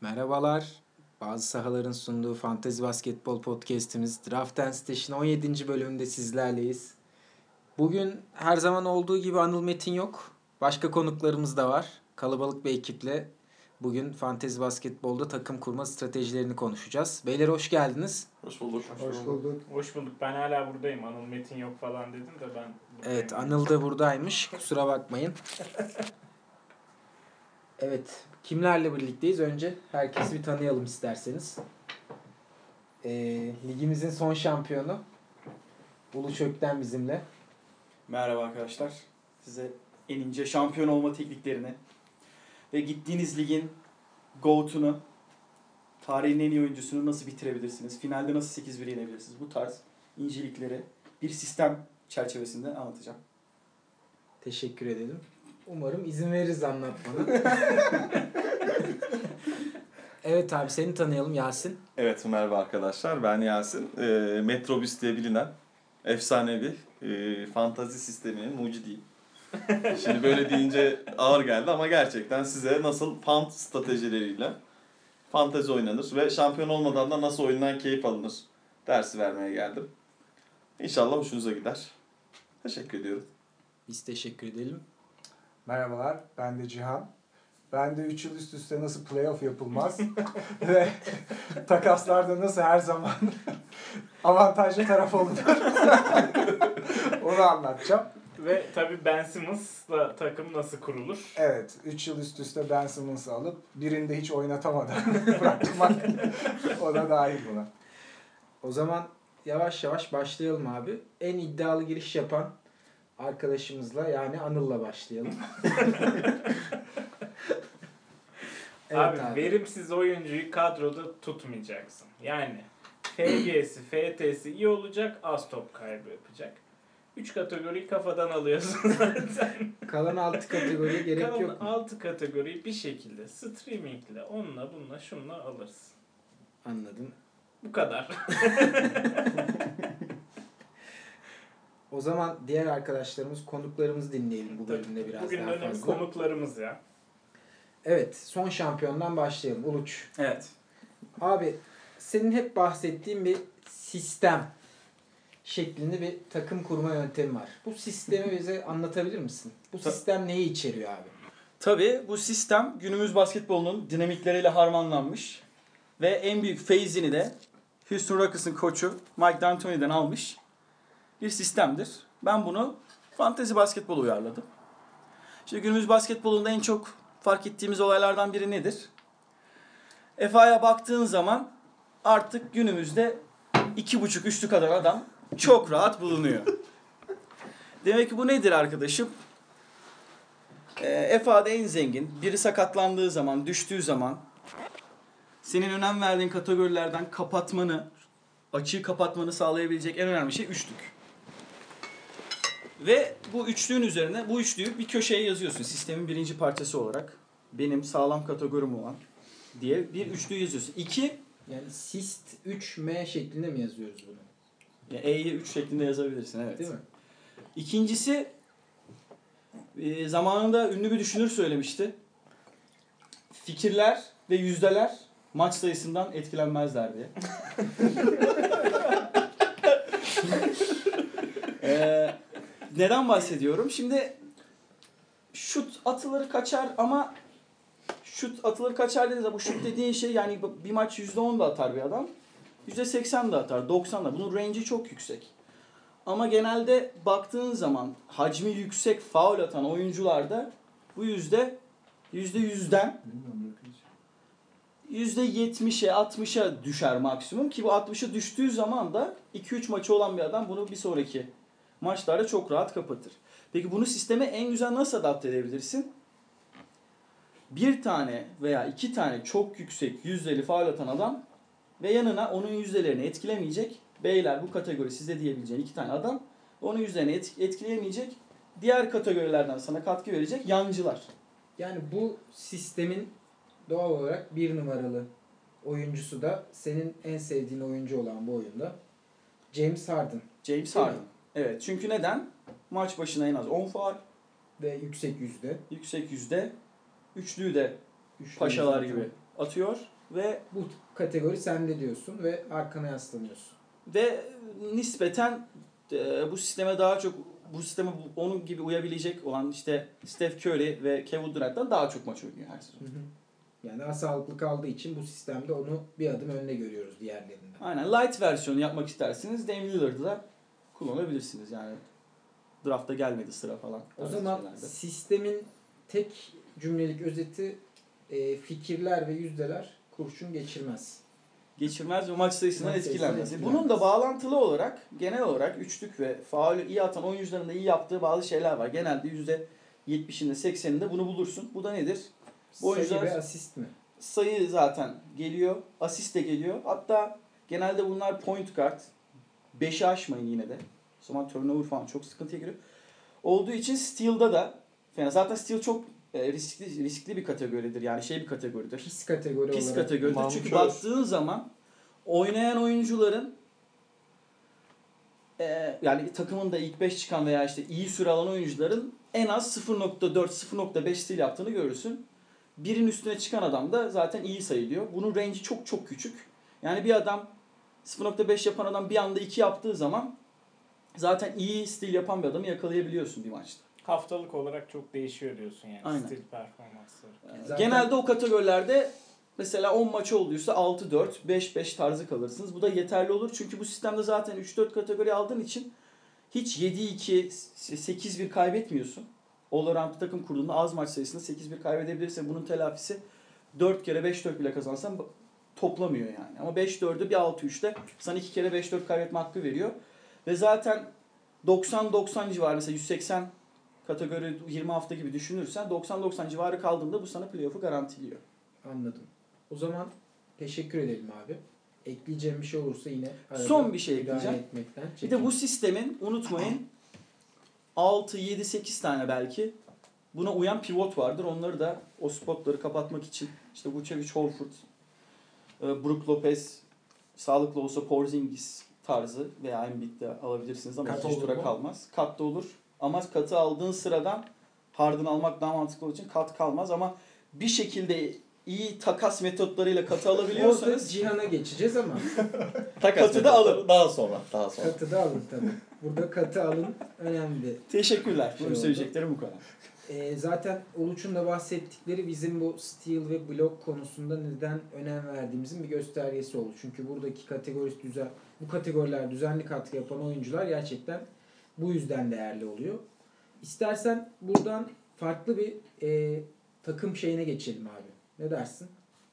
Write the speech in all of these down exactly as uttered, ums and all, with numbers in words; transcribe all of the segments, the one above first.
Merhabalar. Bazı sahaların sunduğu Fantezi Basketbol Podcast'imiz Draft and Stash'in on yedinci bölümünde sizlerleyiz. Bugün her zaman olduğu gibi Anıl Metin yok. Başka konuklarımız da var. Kalabalık bir ekiple bugün Fantezi Basketbol'da takım kurma stratejilerini konuşacağız. Beyler hoş geldiniz. Hoş bulduk. Hoş, hoş bulduk. Hoş bulduk. Ben hala buradayım. Anıl Metin yok falan dedim de ben buradayım. Evet, Anıl da buradaymış. Kusura bakmayın. Evet, kimlerle birlikteyiz? Önce herkesi bir tanıyalım isterseniz. Ee, ligimizin son şampiyonu Ulu Çök'ten bizimle. Merhaba arkadaşlar. Size en ince şampiyon olma tekniklerini ve gittiğiniz ligin GOAT'unu, tarihin en iyi oyuncusunu nasıl bitirebilirsiniz, finalde nasıl sekiz bir yenebilirsiniz, bu tarz incelikleri bir sistem çerçevesinde anlatacağım. Teşekkür ederim. Umarım izin veririz anlatmana. Evet abi, seni tanıyalım Yasin. Evet, merhaba arkadaşlar. Ben Yasin. E, Metrobüs diye bilinen efsanevi e, fantazi sisteminin mucidiyim. Şimdi böyle deyince ağır geldi ama gerçekten size nasıl fant stratejileriyle fantezi oynanır ve şampiyon olmadan da nasıl oyundan keyif alınır dersi vermeye geldim. İnşallah hoşunuza gider. Teşekkür ediyorum. Biz teşekkür edelim. Merhabalar, ben de Cihan. Ben de üç yıl üst üste nasıl playoff yapılmaz ve takaslarda nasıl her zaman avantajlı taraf olunur onu anlatacağım. Ve tabii Ben Simmons'la takım nasıl kurulur? Evet, üç yıl üst üste Ben Simmons'ı alıp birinde hiç oynatamadan bırakmak, o da dahil buna. O zaman yavaş yavaş başlayalım abi. En iddialı giriş yapan arkadaşımızla, yani Anıl'la başlayalım. Evet abi, abi. verimsiz oyuncuyu kadroda tutmayacaksın. Yani F G'si, F T'si iyi olacak, az top kaybı yapacak. Üç kategoriyi kafadan alıyorsun zaten. Kalan altı kategoriye gerek Kalan yok mu? altı kategoriyi bir şekilde streamingle, onunla bununla şunla alırsın. Anladım. Bu kadar. O zaman diğer arkadaşlarımız, konuklarımızı dinleyelim bu bölümde biraz Bugün daha önemli fazla. konuklarımız ya. Evet, son şampiyondan başlayalım. Uluç. Evet. Abi, senin hep bahsettiğin bir sistem şeklinde bir takım kurma yöntemi var. Bu sistemi bize anlatabilir misin? Bu sistem neyi içeriyor abi? Tabii bu sistem günümüz basketbolunun dinamikleriyle harmanlanmış ve en büyük feyzini de Houston Rockets'ın koçu Mike D'Antoni'den almış bir sistemdir. Ben bunu fantezi basketbola uyarladım. Şimdi günümüz basketbolunda en çok fark ettiğimiz olaylardan biri nedir? F A'ya baktığın zaman artık günümüzde iki buçuk üçlü kadar adam çok rahat bulunuyor. Demek ki bu nedir arkadaşım? E, F A'da en zengin, biri sakatlandığı zaman, düştüğü zaman senin önem verdiğin kategorilerden kapatmanı, açığı kapatmanı sağlayabilecek en önemli şey üçlük. Ve bu üçlüğün üzerine bu üçlüyü bir köşeye yazıyorsun. Sistemin birinci parçası olarak benim sağlam kategorim olan diye bir üçlü yazıyorsun. İki, Yani sist üç M şeklinde mi yazıyoruz bunu? E'yi üç şeklinde yazabilirsin, evet. Değil mi? İkincisi, e, zamanında ünlü bir düşünür söylemişti. Fikirler ve yüzdeler maç sayısından etkilenmezler diye. e, neden bahsediyorum? Şimdi şut atılır kaçar ama şut atılır kaçar dediğinde bu şut dediğin şey, yani bir maç yüzde on da atar bir adam. yüzde seksen de atar, doksan da. Bunun range'i çok yüksek. Ama genelde baktığın zaman hacmi yüksek faul atan oyuncularda bu yüzde yüzde yüzden yüzde yetmişe altmışa düşer maksimum, ki bu altmışa düştüğü zaman da iki üç maçı olan bir adam bunu bir sonraki maçlarda çok rahat kapatır. Peki bunu sisteme en güzel nasıl adapte edebilirsin? Bir tane veya iki tane çok yüksek yüzdeli faul atan adam ve yanına onun yüzdelerini etkilemeyecek, beyler bu kategori size diyebileceğin iki tane adam, onun yüzdelerini etkileyemeyecek, diğer kategorilerden sana katkı verecek yancılar. Yani bu sistemin doğal olarak bir numaralı oyuncusu da senin en sevdiğin oyuncu olan bu oyunda James Harden. James Değil Harden. mi? Evet, çünkü neden? Maç başına en az on faul, Ve yüksek yüzde. yüksek yüzde, üçlüyü de Üçlü paşalar yüzde. gibi atıyor ve Bu kategori sende diyorsun ve arkana yaslanıyorsun. ve nispeten e, bu sisteme daha çok bu sisteme bu- onun gibi uyabilecek olan işte Steph Curry ve Kevin Durant'tan daha çok maç oynuyor her sezon. Hı hı. Yani daha sağlıklı kaldığı için bu sistemde onu bir adım önde görüyoruz diğerlerinden. Aynen. Light versiyonu yapmak isterseniz Dame Lillard'ı da kullanabilirsiniz yani. Draft'a gelmedi sıra falan. O tarzı zaman şeylerde. sistemin tek cümlelik özeti e, fikirler ve yüzdeler kurşun geçirmez. Geçirmez ve maç sayısından Maç sayısından etkilenmez. etkilenmez. Bunun da bağlantılı olarak genel olarak üçlük ve faulü iyi atan oyuncuların da iyi yaptığı bazı şeyler var. Genelde yüzde yetmişinde sekseninde bunu bulursun. Bu da nedir? Bu Sayı oyuncular- ve asist mi? Sayı zaten geliyor. Asist de geliyor. Hatta genelde bunlar point guard. beşi aşmayın yine de. O zaman turnover falan çok sıkıntıya giriyor. Olduğu için steal'da da fena. Zaten steal çok e, riskli riskli bir kategoridir. Yani şey bir kategoridir. Pis kategori Pis olarak. kategoridir. Mankör. Çünkü baktığın zaman oynayan oyuncuların e, yani takımında ilk beş çıkan veya işte iyi süre alan oyuncuların en az sıfır nokta dört sıfır nokta beş steal yaptığını görürsün. Birin üstüne çıkan adam da zaten iyi sayılıyor. Bunun range'i çok çok küçük. Yani bir adam sıfır nokta beş yapan adam bir anda iki yaptığı zaman zaten iyi steal yapan bir adamı yakalayabiliyorsun bir maçta. Haftalık olarak çok değişiyor diyorsun yani Aynen. stil performansları. Ee, Zaten- Genelde o kategorilerde mesela on maç olduysa altı dört, beş beş tarzı kalırsınız. Bu da yeterli olur. Çünkü bu sistemde zaten üç dört kategori aldığın için hiç yedi iki, sekiz bir kaybetmiyorsun. All-around bir takım kurduğunda az maç sayısında sekiz bir kaybedebilirse bunun telafisi dört kere beş dört bile kazansan toplamıyor yani. Ama beş dördü bir altı üçte sana iki kere beş dört kaybetme hakkı veriyor. Ve zaten doksan doksan civarı mesela yüz seksen kategori yirmi hafta gibi düşünürsen doksan doksan civarı kaldığında bu sana playoff'u garantiliyor. Anladım. O zaman teşekkür edelim abi. Ekleyeceğim bir şey olursa yine arada Son bir şey müdahale ekleyeceğim. etmekten Bir de bu sistemin unutmayın altı yedi sekiz tane belki buna uyan pivot vardır. Onları da o spotları kapatmak için işte Vucevic, Horford, Brook Lopez, sağlıklı olsa Porzingis tarzı veya Embiid'de alabilirsiniz ama Kat ikinci olur tura mu? kalmaz. Kat da olur. Ama katı aldığın sıradan Harden almak daha mantıklı olduğu için kat kalmaz ama bir şekilde iyi takas metotlarıyla katı Orada alabiliyorsanız Cihan'a geçeceğiz ama Takas Katı da metotları alın. Daha sonra. Daha sonra. katı da alın tabii. Burada katı alın önemli. teşekkürler. Şey Benim oldu. söyleyeceklerim bu kadar. Ee, zaten Uluç'un da bahsettikleri bizim bu steal ve blok konusunda neden önem verdiğimizin bir göstergesi oldu. Çünkü buradaki kategori düzen, bu kategoriler düzenli katkı yapan oyuncular gerçekten bu yüzden değerli oluyor. İstersen buradan farklı bir e, takım şeyine geçelim abi. Ne dersin?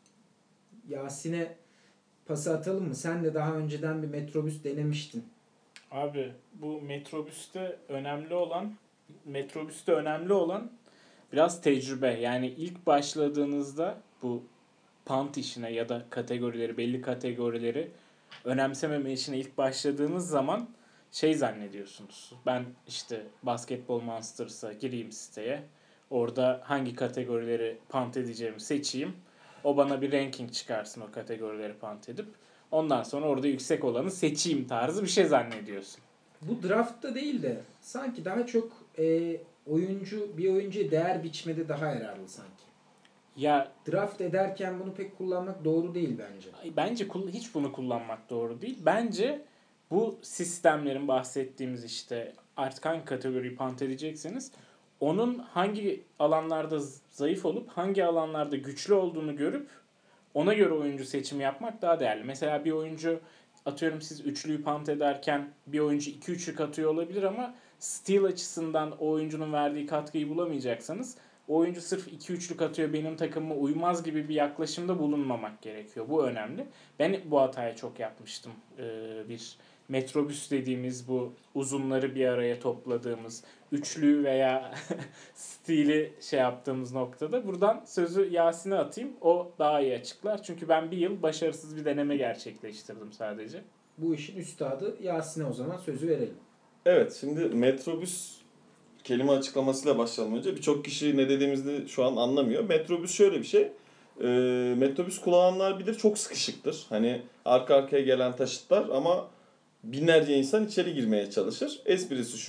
Yasin'e pası atalım mı? Sen de daha önceden bir metrobüs denemiştin. Abi bu metrobüste önemli olan metrobüste önemli olan biraz tecrübe. Yani ilk başladığınızda bu punt işine ya da kategorileri, belli kategorileri önemsememe işine ilk başladığınız zaman şey zannediyorsunuz. Ben işte Basketball Monsters'a gireyim siteye. Orada hangi kategorileri punt edeceğimi seçeyim. O bana bir ranking çıkarsın o kategorileri punt edip. Ondan sonra orada yüksek olanı seçeyim tarzı bir şey zannediyorsun. Bu draftta değil de sanki daha çok e, oyuncu bir oyuncuya değer biçmede daha yararlı sanki. Ya Draft ederken bunu pek kullanmak doğru değil bence. bence kul- hiç bunu kullanmak doğru değil. Bence bu sistemlerin bahsettiğimiz işte artık hangi kategoriyi punt edecekseniz onun hangi alanlarda zayıf olup hangi alanlarda güçlü olduğunu görüp ona göre oyuncu seçimi yapmak daha değerli. Mesela bir oyuncu atıyorum siz üçlüyü punt ederken bir oyuncu iki üçlük atıyor olabilir ama steal açısından o oyuncunun verdiği katkıyı bulamayacaksanız o oyuncu sırf iki üçlük atıyor benim takımıma uymaz gibi bir yaklaşımda bulunmamak gerekiyor. Bu önemli. Ben bu hatayı çok yapmıştım. Ee, bir metrobüs dediğimiz bu uzunları bir araya topladığımız üçlü veya stili şey yaptığımız noktada. Buradan sözü Yasin'e atayım. O daha iyi açıklar. Çünkü ben bir yıl başarısız bir deneme gerçekleştirdim sadece. Bu işin üstadı Yasin'e o zaman sözü verelim. Evet, şimdi metrobüs kelime açıklamasıyla başlayalım önce. Birçok kişi ne dediğimizi şu an anlamıyor. Metrobüs şöyle bir şey. E, metrobüs kullananlar bilir, çok sıkışıktır. Hani arka arkaya gelen taşıtlar ama binlerce insan içeri girmeye çalışır. Esprisi şu.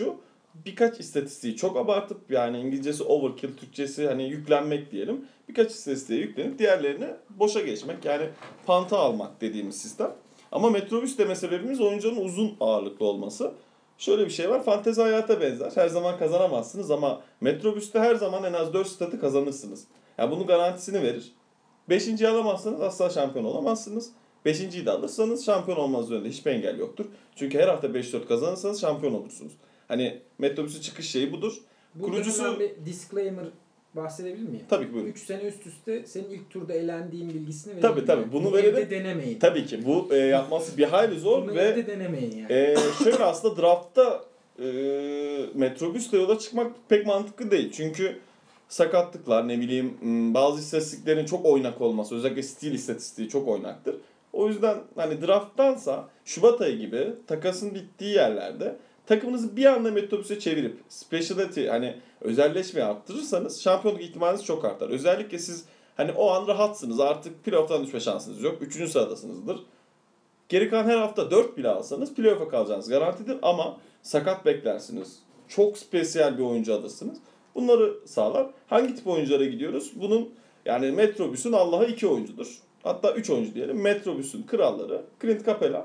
birkaç istatistiği çok abartıp, yani İngilizcesi overkill, Türkçesi hani yüklenmek diyelim. Birkaç istatistiğe yüklenip diğerlerini boşa geçmek, yani panta almak dediğimiz sistem. Ama Metrobüs deme sebebimiz oyuncunun uzun ağırlıklı olması. Şöyle bir şey var, fantezi hayata benzer. Her zaman kazanamazsınız ama Metrobüs'te her zaman en az dört statı kazanırsınız. Yani bunun garantisini verir. Beşinciyi alamazsanız asla şampiyon olamazsınız. Beşinciyi de alırsanız şampiyon olmanız yönünde hiçbir engel yoktur. Çünkü her hafta beş dört kazanırsanız şampiyon olursunuz. Hani Metrobüs'ün çıkış şeyi budur. Burada Kurucusu... hemen bir disclaimer bahsedebilir miyim? Tabii ki, buyurun. üç sene üst üste senin ilk turda elendiğin bilgisini verelim. Tabii tabii, bunu Evde verelim. denemeyin. Tabii ki bu e, yapması bir hayli zor. Bunu ve evde denemeyin yani. e, şöyle aslında draftta e, Metrobüs'le yola çıkmak pek mantıklı değil. Çünkü sakatlıklar, ne bileyim, bazı istatistiklerin çok oynak olması, özellikle stil istatistiği çok oynaktır. O yüzden hani drafttansa Şubat ayı gibi takasın bittiği yerlerde takımınızı bir anda Metrobüs'e çevirip specialty, hani özelleşmeyi arttırırsanız şampiyonluk ihtimaliniz çok artar. Özellikle siz hani o an rahatsınız, artık playoff'tan düşme şansınız yok. Üçüncü sıradasınızdır. Geri kalan her hafta dört bile alsanız playoff'a kalacağınız garantidir ama sakat beklersiniz. Çok spesiyel bir oyuncu alırsınız. Bunları sağlar. Hangi tip oyunculara gidiyoruz? Bunun, yani Metrobüs'ün Allah'a iki oyuncudur. Hatta üç oyuncu diyelim. Metrobüs'ün kralları Clint Capela,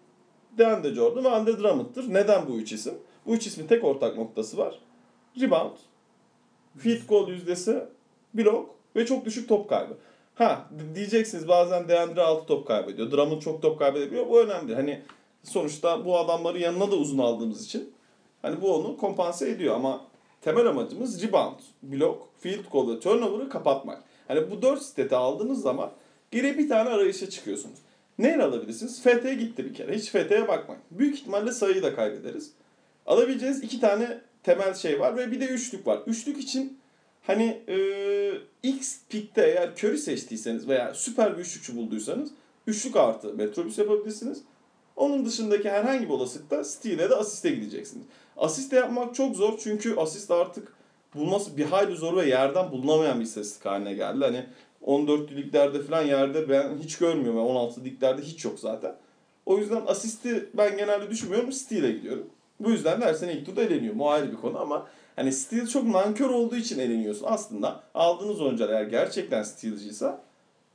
DeAndre Jordan ve Andre Drummond'dır. Neden bu üç isim? Bu üç ismin tek ortak noktası var. Rebound, field goal yüzdesi, blok ve çok düşük top kaybı. Ha diyeceksiniz, bazen DeAndre altı top kaybediyor. Drummond çok top kaybedebiliyor. Bu önemli. Hani sonuçta bu adamları yanına da uzun aldığımız için hani bu onu kompanse ediyor ama temel amacımız rebound, blok, field goal ve turnover'ı kapatmak. Hani bu dört stati aldığınız zaman geri bir tane arayışa çıkıyorsunuz. Neyle alabilirsiniz? F T'ye gitti bir kere. Hiç F T'ye bakmayın. Büyük ihtimalle sayıyı da kaybederiz. Alabileceğiniz iki tane temel şey var ve bir de üçlük var. Üçlük için hani e, X pick'te eğer Curry seçtiyseniz veya süper bir üçlükçü bulduysanız üçlük artı Metrobüs yapabilirsiniz. Onun dışındaki herhangi bir olasılıkta steal'e de asiste gideceksiniz. Asiste yapmak çok zor çünkü asist artık bulması bir hayli zor ve yerden bulunamayan bir istatistik haline geldi. Hani on dörtlü liglerde falan yerde ben hiç görmüyorum. Yani on altılı liglerde hiç yok zaten. O yüzden asisti ben genelde düşünmüyorum. Steal'e gidiyorum. Bu yüzden de her sene ilk turda eleniyorum. O ayrı bir konu ama hani steal çok nankör olduğu için eleniyorsun. Aslında aldığınız oyuncular eğer gerçekten steal'cıysa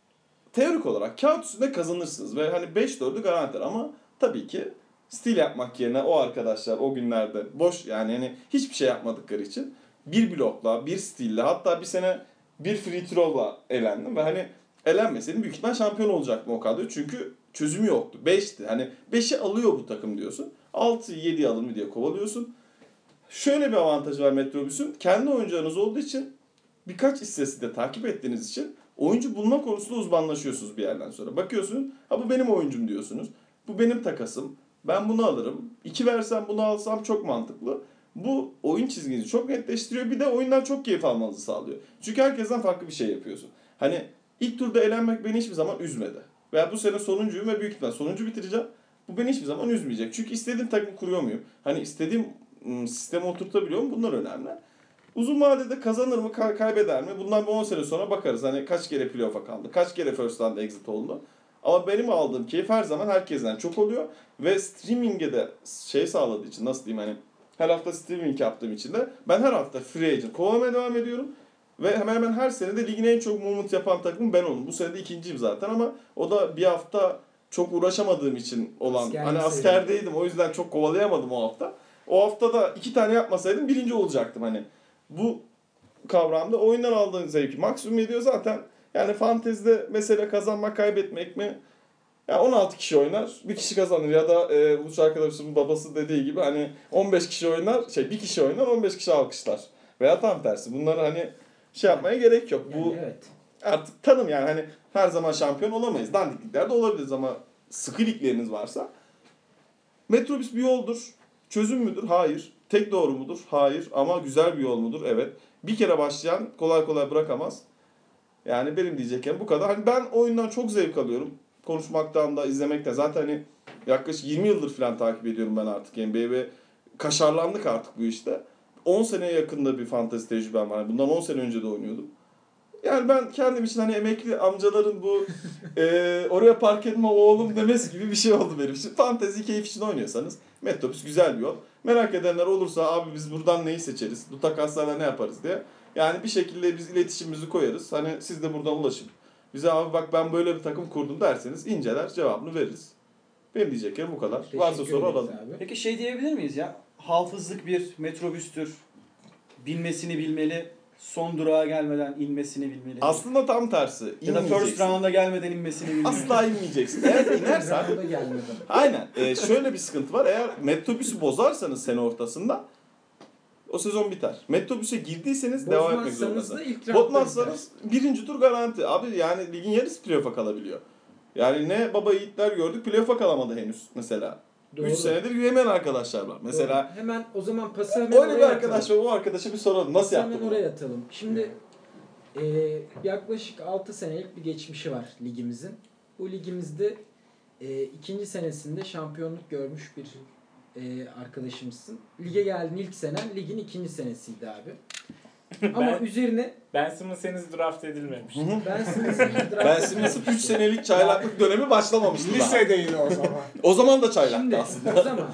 teorik olarak kağıt üstünde kazanırsınız. Ve hani beş dördü garantiler ama tabii ki steal yapmak yerine o arkadaşlar o günlerde boş, yani hani hiçbir şey yapmadıkları için bir blokla, bir steal'le, hatta bir sene bir free throw'la elendim ve hani elenmeseydim büyük ihtimal şampiyon olacaktım o kadro. Çünkü çözümü yoktu. beşti. Hani beşi alıyor bu takım diyorsun. altı yedi alır mı diye kovalıyorsun. Şöyle bir avantajı var Metrobüs'ün. Kendi oyuncularınız olduğu için birkaç istatistiği de takip ettiğiniz için oyuncu bulma konusunda uzmanlaşıyorsunuz bir yerden sonra. Bakıyorsunuz, ha bu benim oyuncum diyorsunuz. Bu benim takasım. Ben bunu alırım. iki versem bunu alsam çok mantıklı. Bu oyun çizginizi çok netleştiriyor. Bir de oyundan çok keyif almanızı sağlıyor. Çünkü herkesten farklı bir şey yapıyorsun. Hani ilk turda elenmek beni hiçbir zaman üzmedi. Veya bu sene sonuncuyum ve büyük ihtimal sonuncu bitireceğim. Bu beni hiçbir zaman üzmeyecek. Çünkü istediğim takımı kuruyor muyum? Hani istediğim ım, sisteme oturtabiliyor muyum? Bunlar önemli. Uzun vadede kazanır mı, kaybeder mi? Bundan on sene sonra bakarız. Hani kaç kere playoff'a kaldı, kaç kere first round exit oldu. Ama benim aldığım keyif her zaman herkesten çok oluyor. Ve streaming'e de şey sağladığı için, nasıl diyeyim, hani her hafta streaming yaptığım için de ben her hafta free agent kovalamaya devam ediyorum. Ve hemen hemen her sene de ligin en çok movement yapan takımı ben olum. Bu sene de ikinciyim zaten ama o da bir hafta çok uğraşamadığım için olan. Askerlik hani askerdeydim, o yüzden çok kovalayamadım o hafta. O hafta da iki tane yapmasaydım birinci olacaktım hani. Bu kavramda oyundan aldığın zevki maksimum ediyor zaten. Yani fantezide mesele kazanmak kaybetmek mi? Yani on altı kişi oynar, bir kişi kazanır ya da e, bu arkadaşımın babası dediği gibi hani on beş kişi oynar, şey bir kişi oynar, on beş kişi alkışlar. Veya tam tersi. Bunları hani şey yapmaya gerek yok. Yani bu evet. Artık tanım, yani hani her zaman şampiyon olamayız. Dandikliklerde olabiliriz ama sıkı ligleriniz varsa. Metrobüs bir yoldur. Çözüm müdür? Hayır. Tek doğru mudur? Hayır. Ama güzel bir yol mudur? Evet. Bir kere başlayan kolay kolay bırakamaz. Yani benim diyecekken bu kadar. Hani ben oyundan çok zevk alıyorum. Konuşmaktan da, izlemekten. Zaten hani yaklaşık yirmi yıldır falan takip ediyorum ben artık N B A'yi ve kaşarlandık artık bu işte. on seneye yakında bir fantezi tecrübem var. Bundan on sene önce de oynuyordum. Yani ben kendim için hani emekli amcaların bu e, oraya park etme oğlum demesi gibi bir şey oldu benim için. Fantezi keyif için oynuyorsanız Metrobüs güzel bir yol. Merak edenler olursa abi biz buradan neyi seçeriz? Bu takaslarla ne yaparız diye. Yani bir şekilde biz iletişimimizi koyarız. Hani siz de buradan ulaşın. Bize abi bak ben böyle bir takım kurdum derseniz inceler cevabını veririz. Benim diyeceklerim bu kadar. Teşekkür Varsa soru ederiz alalım. abi. Peki şey diyebilir miyiz ya? Hafızlık bir metrobüstür. Bilmesini bilmeli. Son durağa gelmeden inmesini bilmeli. Aslında tam tersi. ya da first İnmeyeceksin. round'a gelmeden inmesini bilmeli. Asla inmeyeceksin. Eğer inersen Round'a gelmeden. aynen. Ee, şöyle bir sıkıntı var. Eğer metrobüsü bozarsanız sene ortasında o sezon biter. Metrobüse girdiyseniz devam etmek Bozmazsanız da zorundasınız. ilk roundda Bozmazsanız birinci tur garanti. Abi yani ligin yarısı playoff'a kalabiliyor. Yani ne baba yiğitler gördük playoff'a kalamadı henüz mesela. Doğru. üç senedir üyemeyen arkadaşlar var. Mesela Doğru. Hemen o zaman pası hemen öyle bir oraya arkadaş atalım. var. O arkadaşa bir soralım. Nasıl Pası yaptı hemen bunu? oraya atalım. Şimdi e, yaklaşık altı senelik bir geçmişi var ligimizin. Bu ligimizde e, ikinci senesinde şampiyonluk görmüş bir e, arkadaşımızsın. Lige geldiğin ilk senen ligin ikinci senesiydi abi. Ama Ben- üzerine Ben Simmons henüz draft edilmemiş. Hı hı. ben Simmons'ın Ben Simmons'ın üç senelik çaylaklık dönemi başlamamıştı daha. Lisedeydi o zaman. O zaman da çaylaktı Şimdi aslında. o zaman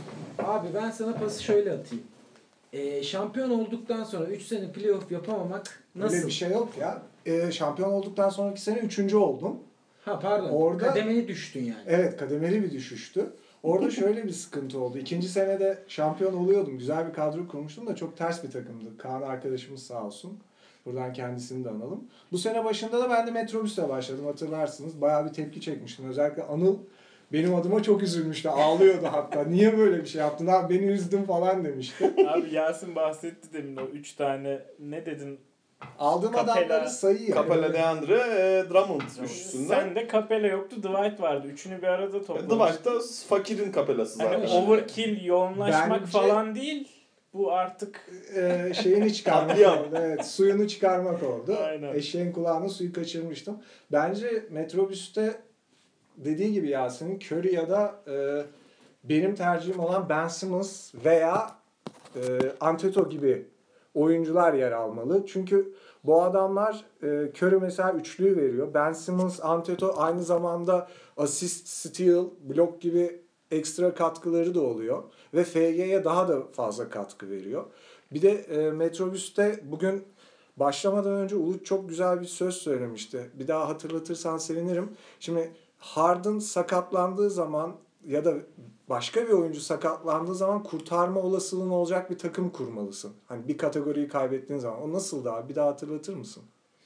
abi ben sana pası şöyle atayım. Ee, şampiyon olduktan sonra üç sene playoff yapamamak nasıl? Öyle bir şey yok ya. Ee, şampiyon olduktan sonraki sene üçüncü oldum. Ha pardon. Orada- Kademeye düştün yani. Evet, kademeli bir düşüştü. Orada şöyle bir sıkıntı oldu. İkinci senede şampiyon oluyordum. Güzel bir kadro kurmuştum da çok ters bir takımdı. Kaan arkadaşımız sağ olsun. Buradan kendisini de analım. Bu sene başında da ben de metrobüsle başladım, hatırlarsınız. Bayağı bir tepki çekmiştim. Özellikle Anıl benim adıma çok üzülmüştü. Ağlıyordu hatta. Niye böyle bir şey yaptın abi, beni üzdün falan demişti. Abi Yasin bahsetti demin o üç tane ne dedin? Aldığım Capella- adamları sayıyor. Capella, DeAndre, e, Drummond üçlüsünden. Sen de Capella yoktu, Dwight vardı. Üçünü bir arada toplamıştın. Dwight da fakirin kapelası zaten. Hani overkill, yoğunlaşmak Bence- falan değil. Bu artık Ee, şeyini çıkarmak Katliam. oldu. Evet, suyunu çıkarmak oldu. Aynen. Eşeğin kulağına suyu kaçırmıştım. Bence metrobüste dediği gibi Yasin'in Curry ya da e, benim tercihim olan Ben Simmons veya e, Antetokounmpo gibi oyuncular yer almalı. Çünkü bu adamlar e, Curry mesela üçlüyü veriyor. Ben Simmons, Antetokounmpo aynı zamanda asist, steal, blok gibi ekstra katkıları da oluyor. Ve F G'ye daha da fazla katkı veriyor. Bir de e, metrobüste bugün başlamadan önce Uluç çok güzel bir söz söylemişti. Bir daha hatırlatırsan sevinirim. Şimdi Harden sakatlandığı zaman ya da başka bir oyuncu sakatlandığı zaman kurtarma olasılığın olacak bir takım kurmalısın. Hani bir kategoriyi kaybettiğin zaman. O nasıldı abi? Bir daha hatırlatır mısın?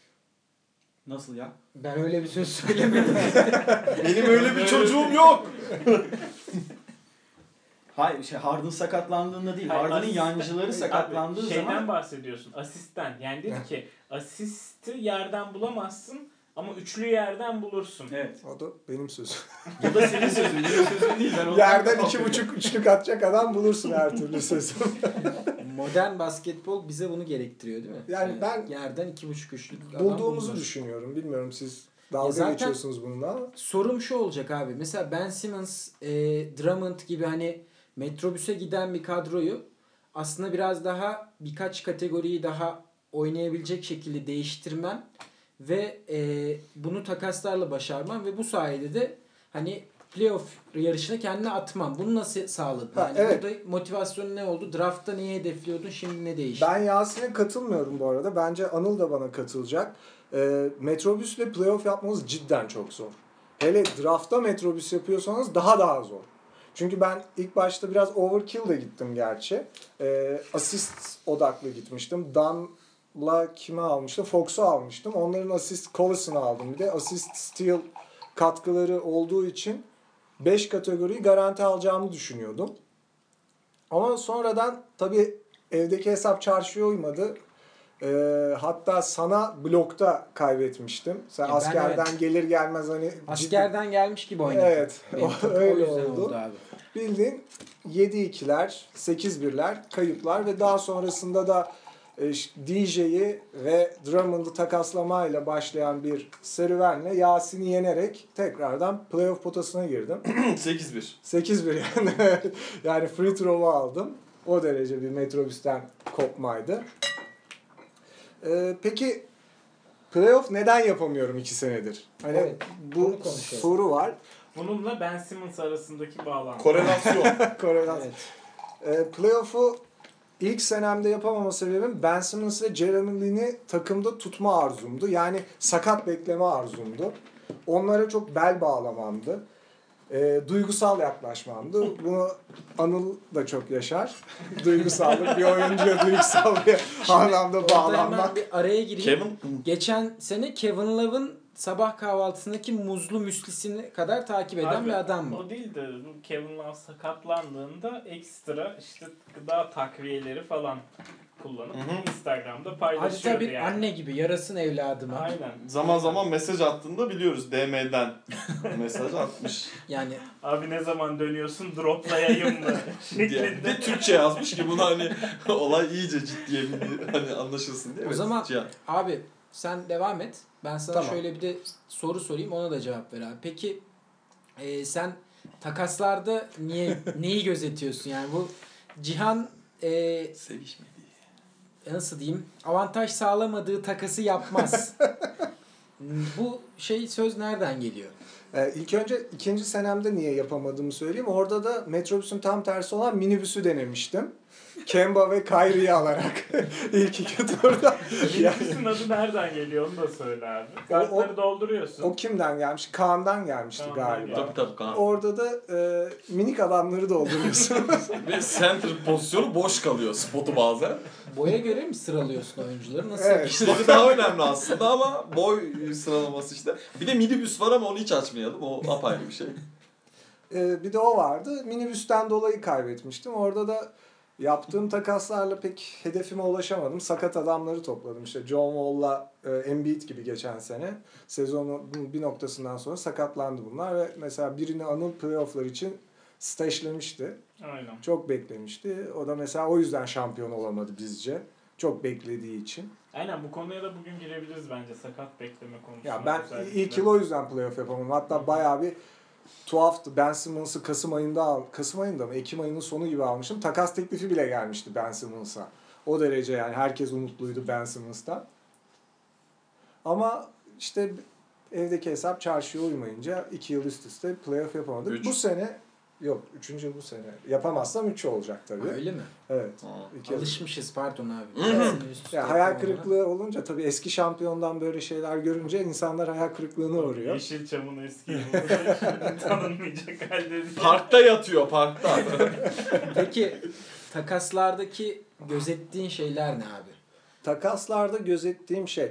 Nasıl ya? Ben öyle bir söz söylemedim. Benim öyle bir çocuğum yok. Hayır, şey Harden sakatlandığında değil. Hayır, Harden'ın asist- yancıları sakatlandığı Abi, şeyden zaman bahsediyorsun. Asistten. Yani dedi ki asisti yerden bulamazsın ama üçlü yerden bulursun. evet. O da benim sözüm. Bu da senin sözün. Benim sözüm değil. Ben ondan Yerden iki kalkıyorum. buçuk üçlük atacak adam bulursun her türlü sözüm. Modern basketbol bize bunu gerektiriyor değil mi? Yani ben- yerden iki buçuk üçlük adam Bulduğumuzu bulunur. düşünüyorum. Bilmiyorum siz dalga Ya zaten- geçiyorsunuz bununla ama. Sorum şu olacak abi. Mesela Ben Simmons, e, Drummond gibi hani metrobüse giden bir kadroyu aslında biraz daha birkaç kategoriyi daha oynayabilecek şekilde değiştirmen ve e, bunu takaslarla başarman ve bu sayede de hani playoff yarışına kendini atman. Bunu nasıl sağladın? Ha, Yani evet. burada motivasyonun ne oldu? Draft'ta neyi hedefliyordun? Şimdi ne değişti? Ben Yasin'e katılmıyorum bu arada. Bence Anıl da bana katılacak. Ee, metrobüsle playoff yapmanız cidden çok zor. Hele draft'ta metrobüs yapıyorsanız daha daha zor. Çünkü ben ilk başta biraz overkill de gittim gerçi. Ee, asist odaklı gitmiştim. Dan'la kimi almıştım? Fox'u almıştım. Onların asist Collison'ı aldım. Bir de asist steal katkıları olduğu için beş kategoriyi garanti alacağımı düşünüyordum. Ama sonradan tabii evdeki hesap çarşıya uymadı. Ee, hatta sana blokta kaybetmiştim. Sen Ya ben askerden gelir gelmez hani Askerden gelmiş gibi oynadın. Evet, Benim o- takım öyle o yüzden oldu. abi. bildiğin yedi ikiler, sekiz birler, kayıplar ve daha sonrasında da e, D J'yi ve Drummond'u takaslamayla başlayan bir serüvenle Yasin'i yenerek tekrardan playoff potasına girdim. sekiz bir. sekiz bir yani. Yani free throw'u aldım. O derece bir metrobüsten kopmaydı. Ee, peki playoff neden yapamıyorum iki senedir? Hani Evet, bu bunu konuşalım. soru var. Bununla Ben Simmons arasındaki bağlantı. Korelasyon. Korelasyon. Evet. E, playoff'u ilk senemde yapamama sebebim Ben Simmons ve Jeremy Lin'i takımda tutma arzumdu. Yani sakat bekleme arzumdu. Onlara çok bel bağlamamdı. E, duygusal yaklaşmamdı. Bunu Anıl da çok yaşar. Duygusallık bir oyuncuya duygusal bir anlamda Orada bağlanmak. hemen bir araya gireyim. Kevin Geçen sene Kevin Love'ın sabah kahvaltısındaki muzlu müslisini kadar takip eden Abi, bir adam mı? O değil de bu Kevin Love sakatlandığında ekstra işte gıda takviyeleri falan kullanıp Hı hı. Instagram'da Hadi paylaşıyordu tabii yani. anne gibi yarasın evladıma. Aynen. zaman zaman mesaj attığında biliyoruz D M'den mesaj atmış. Yani Abi ne zaman dönüyorsun droplayayım mı? diye. Bir şeklinde. de Türkçe yazmış ki bunu hani olay iyice ciddiye bindi hani anlaşılsın diye. O Evet, zaman- Cihan. abi sen devam et. Ben sana Tamam. şöyle bir de soru sorayım, ona da cevap ver abi. Peki e, sen takaslarda niye neyi gözetiyorsun? Yani bu Cihan e, Sevişmedi. nasıl diyeyim, avantaj sağlamadığı takası yapmaz. Bu şey söz nereden geliyor? Ee, ilk önce ikinci senemde niye yapamadığımı söyleyeyim. Orada da metrobüsün tam tersi olan minibüsü denemiştim. Kemba ve Kyrie'yi alarak ilk iki turda. Minibüsün adı nereden geliyor onu da söyle abi. Kartları dolduruyorsun. O kimden gelmiş? Kaan'dan gelmişti Kaan'dan galiba. geldi. Tabii tabii Kaan. Orada da e, minik alanları dolduruyorsun. Ve center pozisyonu boş kalıyor spotu bazen. Boya göre mi sıralıyorsun oyuncuları? Nasıl? Evet. İşlevi daha önemli aslında ama boy sıralaması işte. Bir de minibüs var ama onu hiç açmayalım. O apayrı bir şey. E, bir de o vardı. Minibüsten dolayı kaybetmiştim. Orada da yaptığım takaslarla pek hedefime ulaşamadım. Sakat adamları topladım. İşte John Wall'la e, Embiid gibi geçen sene. Sezonun bir noktasından sonra sakatlandı bunlar ve mesela birini Anıl playoff'lar için stajlamıştı. Aynen. Çok beklemişti. O da mesela o yüzden şampiyon olamadı bizce. Çok beklediği için. Aynen bu konuya da bugün girebiliriz bence sakat bekleme konusuna. Ya ben özellikle. ilk yıl o yüzden playoff yapamadım. Hatta bayağı bir tuhaftı. Ben Simmons'ı Kasım ayında al, Kasım ayında mı? Ekim ayının sonu gibi almışım. Takas teklifi bile gelmişti Ben Simmons'a. O derece yani herkes umutluydu Ben Simmons'tan. Ama işte evdeki hesap çarşıya uymayınca iki yıl üst üste playoff yapamadık. Üç. Bu sene yok. Üçüncü yıl bu sene. Yapamazsam üç olacak tabii. Öyle mi? Evet. Ha. İki yıl. Alışmışız pardon abi. Hı hı. Seni üst üste Ya hayal yapamama. kırıklığı olunca tabii eski şampiyondan böyle şeyler görünce insanlar hayal kırıklığına uğruyor. Yeşilçam'ın eski yıldızı tanınmayacak halde değil. Parkta yatıyor parkta. Peki takaslardaki gözettiğin şeyler ne abi? Takaslarda gözettiğim şey.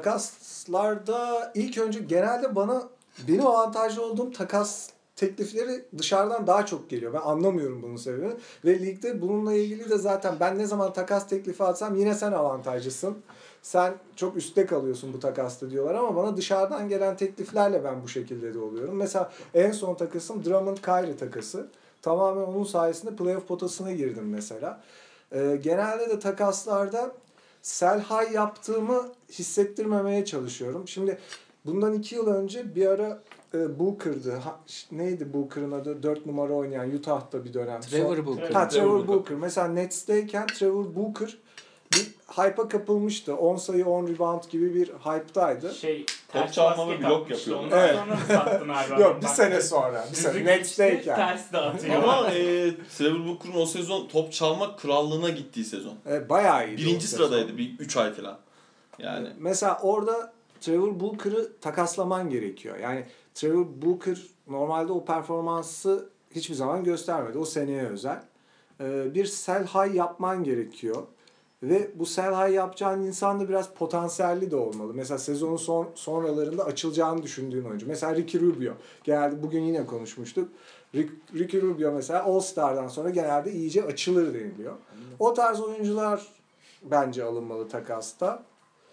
Takaslarda ilk önce genelde bana benim avantajlı olduğum takas teklifleri dışarıdan daha çok geliyor. Ben anlamıyorum bunun sebebini. Ve ligde bununla ilgili de zaten ben ne zaman takas teklifi atsam yine sen avantajlısın. Sen çok üstte kalıyorsun bu takasta diyorlar ama bana dışarıdan gelen tekliflerle ben bu şekilde de oluyorum. Mesela en son takasım Drummond Kyrie takası. Tamamen onun sayesinde playoff potasına girdim mesela. Ee, genelde de takaslarda sell high yaptığımı hissettirmemeye çalışıyorum. Şimdi bundan iki yıl önce bir ara e, Booker'dı. Ha, neydi Booker'ın adı? Dört numara oynayan Utah'ta bir dönem. Trevor Son- Booker. Ha, Trevor Trevor Booker. Mesela Nets'teyken Trevor Booker bir hype'a kapılmıştı. on sayı on rebound gibi bir hype'daydı. Şey, Top ters çalma ve basket blok atmıştı. yapıyordu. Ondan Evet. sonra mı sattın abi? Yok adam? bir Bak, sene sonra. Bir düzü sene geçti, Nets'teyken. ters de atıyor. Ama e, Trevor Booker'ın o sezon top çalmak krallığına gittiği sezon. E, bayağı iyiydi. Birinci o sezon. sıradaydı bir üç ay falan. Yani Mesela orada Trevor Booker'ı takaslaman gerekiyor. Yani Trevor Booker normalde o performansı hiçbir zaman göstermedi. O seneye özel. Ee, bir sell high yapman gerekiyor. Ve bu sell high yapacağın insan da biraz potansiyelli de olmalı. Mesela sezonun son sonralarında açılacağını düşündüğün oyuncu. Mesela Ricky Rubio. Genelde bugün yine konuşmuştuk. Rick, Ricky Rubio mesela All-Star'dan sonra genelde iyice açılır deniliyor. O tarz oyuncular bence alınmalı takasta.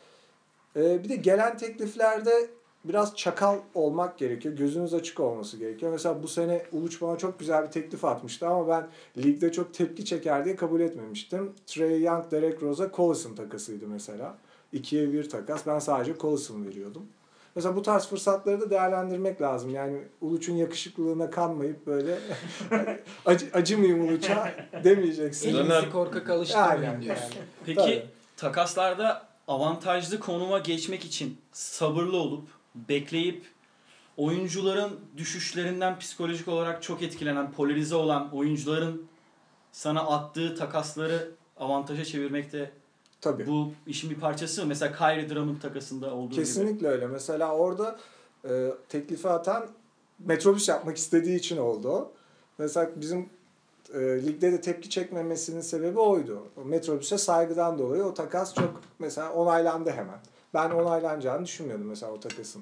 Ee, bir de gelen tekliflerde biraz çakal olmak gerekiyor. Gözünüz açık olması gerekiyor. Mesela bu sene Uluç bana çok güzel bir teklif atmıştı ama ben ligde çok tepki çeker diye kabul etmemiştim. Trae Young, Derek Rose'a Collison takasıydı mesela. ikiye bir takas. Ben sadece Collison veriyordum. Mesela bu tarz fırsatları da değerlendirmek lazım. Yani Uluç'un yakışıklılığına kanmayıp böyle acı, acımayayım Uluç'a demeyeceksin. Döner- Elinizi korkak alıştırmayın Aynen diyorsun. yani. Peki Tabii. takaslarda avantajlı konuma geçmek için sabırlı olup bekleyip oyuncuların düşüşlerinden psikolojik olarak çok etkilenen, polarize olan oyuncuların sana attığı takasları avantaja çevirmek de Tabii. bu işin bir parçası mı? Mesela Kyrie Drummond takasında olduğu gibi. Kesinlikle öyle. Mesela orada e, teklifi atan Metrobüs yapmak istediği için oldu o. Mesela bizim e, ligde de tepki çekmemesinin sebebi oydu. O Metrobüs'e saygıdan dolayı o takas çok mesela onaylandı hemen. Ben onaylanacağını düşünmüyordum mesela o takasın.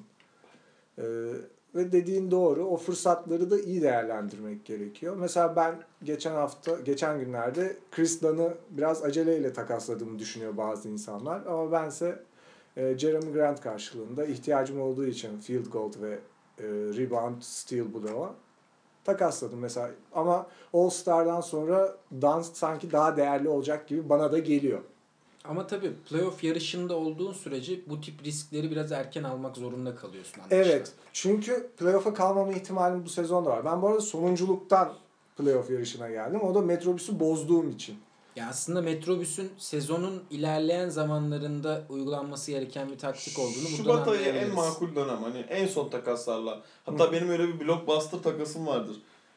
E, ve dediğin doğru. O fırsatları da iyi değerlendirmek gerekiyor. Mesela ben geçen hafta, geçen günlerde Chris Dunn'ı biraz aceleyle takasladığımı düşünüyor bazı insanlar. Ama bense e, Jeremy Grant karşılığında ihtiyacım olduğu için field goal ve e, rebound, steal block'a takasladım mesela. Ama All Star'dan sonra Dunn sanki daha değerli olacak gibi bana da geliyor. Ama tabii playoff yarışında olduğun sürece bu tip riskleri biraz erken almak zorunda kalıyorsun. Evet. Çünkü playoff'a kalmama ihtimalim bu sezon da var. Ben bu arada sonunculuktan playoff yarışına geldim. O da Metrobüs'ü bozduğum için. Ya aslında Metrobüs'ün sezonun ilerleyen zamanlarında uygulanması gereken bir taktik olduğunu buradan Şubat ayı en anlayabiliriz. makul dönem. Hani en son takaslarla. Hatta Hı. benim öyle bir blockbuster takasım vardır.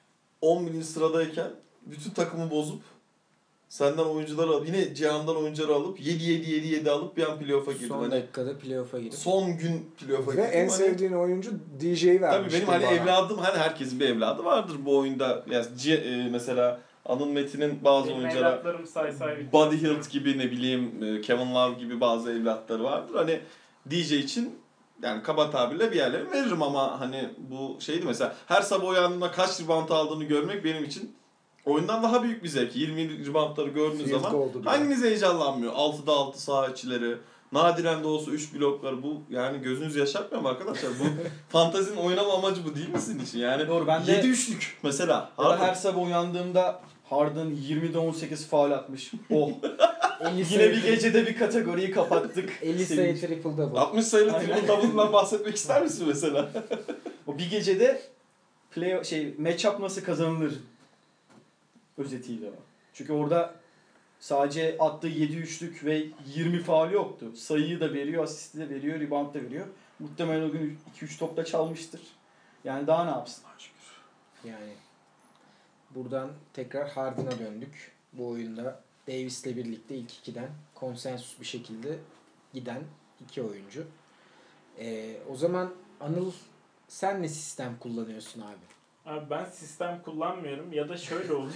on bininci sıradayken bütün takımı bozup senden oyuncuları alıp yine Cihan'dan oyuncuları alıp yedi yedi yedi yedi alıp bir an playoff'a girdim. Son hani dakikada playoff'a girip. Son gün playoff'a Ve girdim. en hani, sevdiğin oyuncu D J'yi vermişti tabii benim hani bana. evladım, hani herkesin bir evladı vardır bu oyunda. Yani C, e, mesela Anıl Metin'in bazı Benim oyunculara evlatlarım say say Buddy Hield gibi, ne bileyim Kevin Love gibi bazı evlatları vardır. Hani D J için yani kaba tabirle bir yerlere veririm ama hani bu şeydi mesela her sabah uyandığımda kaç rebound aldığını görmek benim için oyundan daha büyük bir zevk. yirmi reboundları gördüğünüz Field zaman goal'du bile. hanginiz heyecanlanmıyor? altıda altı saha içileri, nadiren de olsa üç blokları, bu yani gözünüz yaşartmıyor mu arkadaşlar? Bu fantazinin oynama amacı bu değil mi sizin için? Yani Doğru, ben de yedi üçlük mesela. Ya da Harden. her sabah uyandığımda Harden yirmide on sekiz faul atmış. Oh. elli Yine sayı- bir gecede bir kategoriyi kapattık. elli sayı triple double. altmış sayılı Aynen. triple double'dan bahsetmek ister misin mesela? O bir gecede play şey matchup nasıl kazanılır özetiydi o. Çünkü orada sadece attığı yedi üçlük ve yirmi faul yoktu. Sayıyı da veriyor, asisti de veriyor, rebound da veriyor. Muhtemelen o gün iki üç topla çalmıştır. Yani daha ne yapsın? Yani buradan tekrar Harden'a döndük. Bu oyunda Davis'le birlikte ilk ikiden konsensus bir şekilde giden iki oyuncu. Ee, o zaman Anıl, sen ne sistem kullanıyorsun abi? Abi ben sistem kullanmıyorum ya da şöyle oluyor.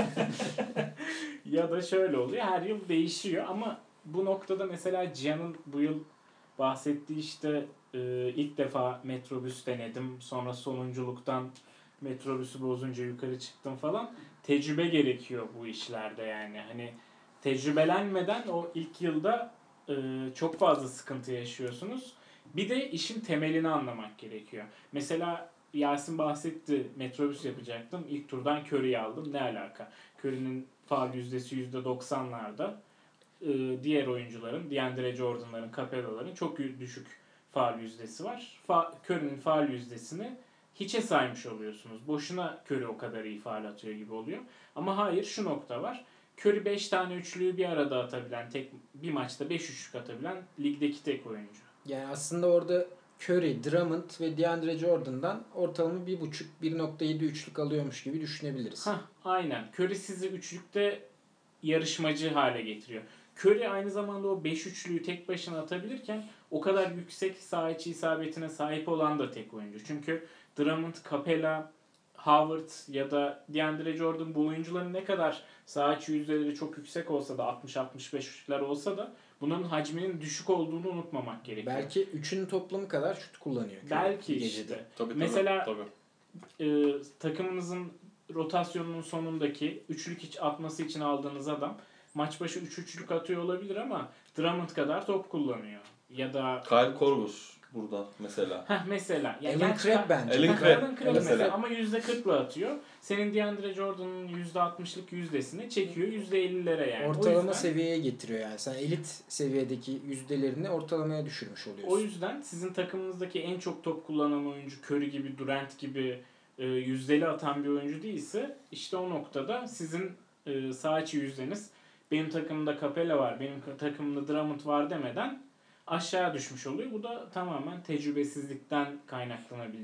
ya da şöyle oluyor. Her yıl değişiyor ama bu noktada mesela Cihan'ın bu yıl bahsettiği işte e, ilk defa metrobüs denedim. Sonra sonunculuktan metrobüsü bozunca yukarı çıktım falan. Tecrübe gerekiyor bu işlerde yani. Hani tecrübelenmeden o ilk yılda e, çok fazla sıkıntı yaşıyorsunuz. Bir de işin temelini anlamak gerekiyor. Mesela Yasin bahsetti, metrobüs yapacaktım. İlk turdan Curry'i aldım. Ne alaka? Curry'nin faul yüzdesi yüzde doksanlarda. Ee, diğer oyuncuların, DeAndre Jordan'ların, Capella'ların çok düşük faul yüzdesi var. Fa- Curry'nin faul yüzdesini hiçe saymış oluyorsunuz. Boşuna Curry o kadar iyi faul atıyor gibi oluyor. Ama hayır, şu nokta var. Curry beş tane üçlüyü bir arada atabilen, tek bir maçta beş üçlük atabilen ligdeki tek oyuncu. Yani aslında orada Curry, Drummond ve DeAndre Jordan'dan ortalama bir buçuk bir nokta yedi üçlük alıyormuş gibi düşünebiliriz. Hah, aynen. Curry sizi üçlükte yarışmacı hale getiriyor. Curry aynı zamanda o beş üçlüyü tek başına atabilirken o kadar yüksek saha içi isabetine sahip olan da tek oyuncu. Çünkü Drummond, Capella, Howard ya da DeAndre Jordan, bu oyuncuların ne kadar saha içi yüzdeleri çok yüksek olsa da altmış altmış beşler olsa da bunun hacminin düşük olduğunu unutmamak gerekiyor. Belki üçünün toplamı kadar şut kullanıyor. Curry Belki bir işte. gecede. Tabii, Mesela tabii. e, takımınızın rotasyonunun sonundaki üçlük hiç atması için aldığınız adam maç başı üç üçlük atıyor olabilir ama Drummond kadar top kullanıyor. Ya da Kyle Korver burada mesela. heh mesela. Yani Alan gerçi- Crabb bence. Alan Heh, Crabb Alan Crabb mesela. mesela ama yüzde kırkla atıyor. Senin DeAndre Jordan'ın yüzde altmışlık yüzdesini çekiyor yüzde ellilere yani. Ortalama o yüzden, seviyeye getiriyor yani. Sen elit seviyedeki yüzdelerini ortalamaya düşürmüş oluyorsun. o yüzden sizin takımınızdaki en çok top kullanan oyuncu Curry gibi, Durant gibi e, yüzdeli atan bir oyuncu değilse işte o noktada sizin e, saha içi yüzdeniz benim takımımda Capella var, benim takımımda Drummond var demeden aşağı düşmüş oluyor. Bu da tamamen tecrübesizlikten kaynaklanabilecek,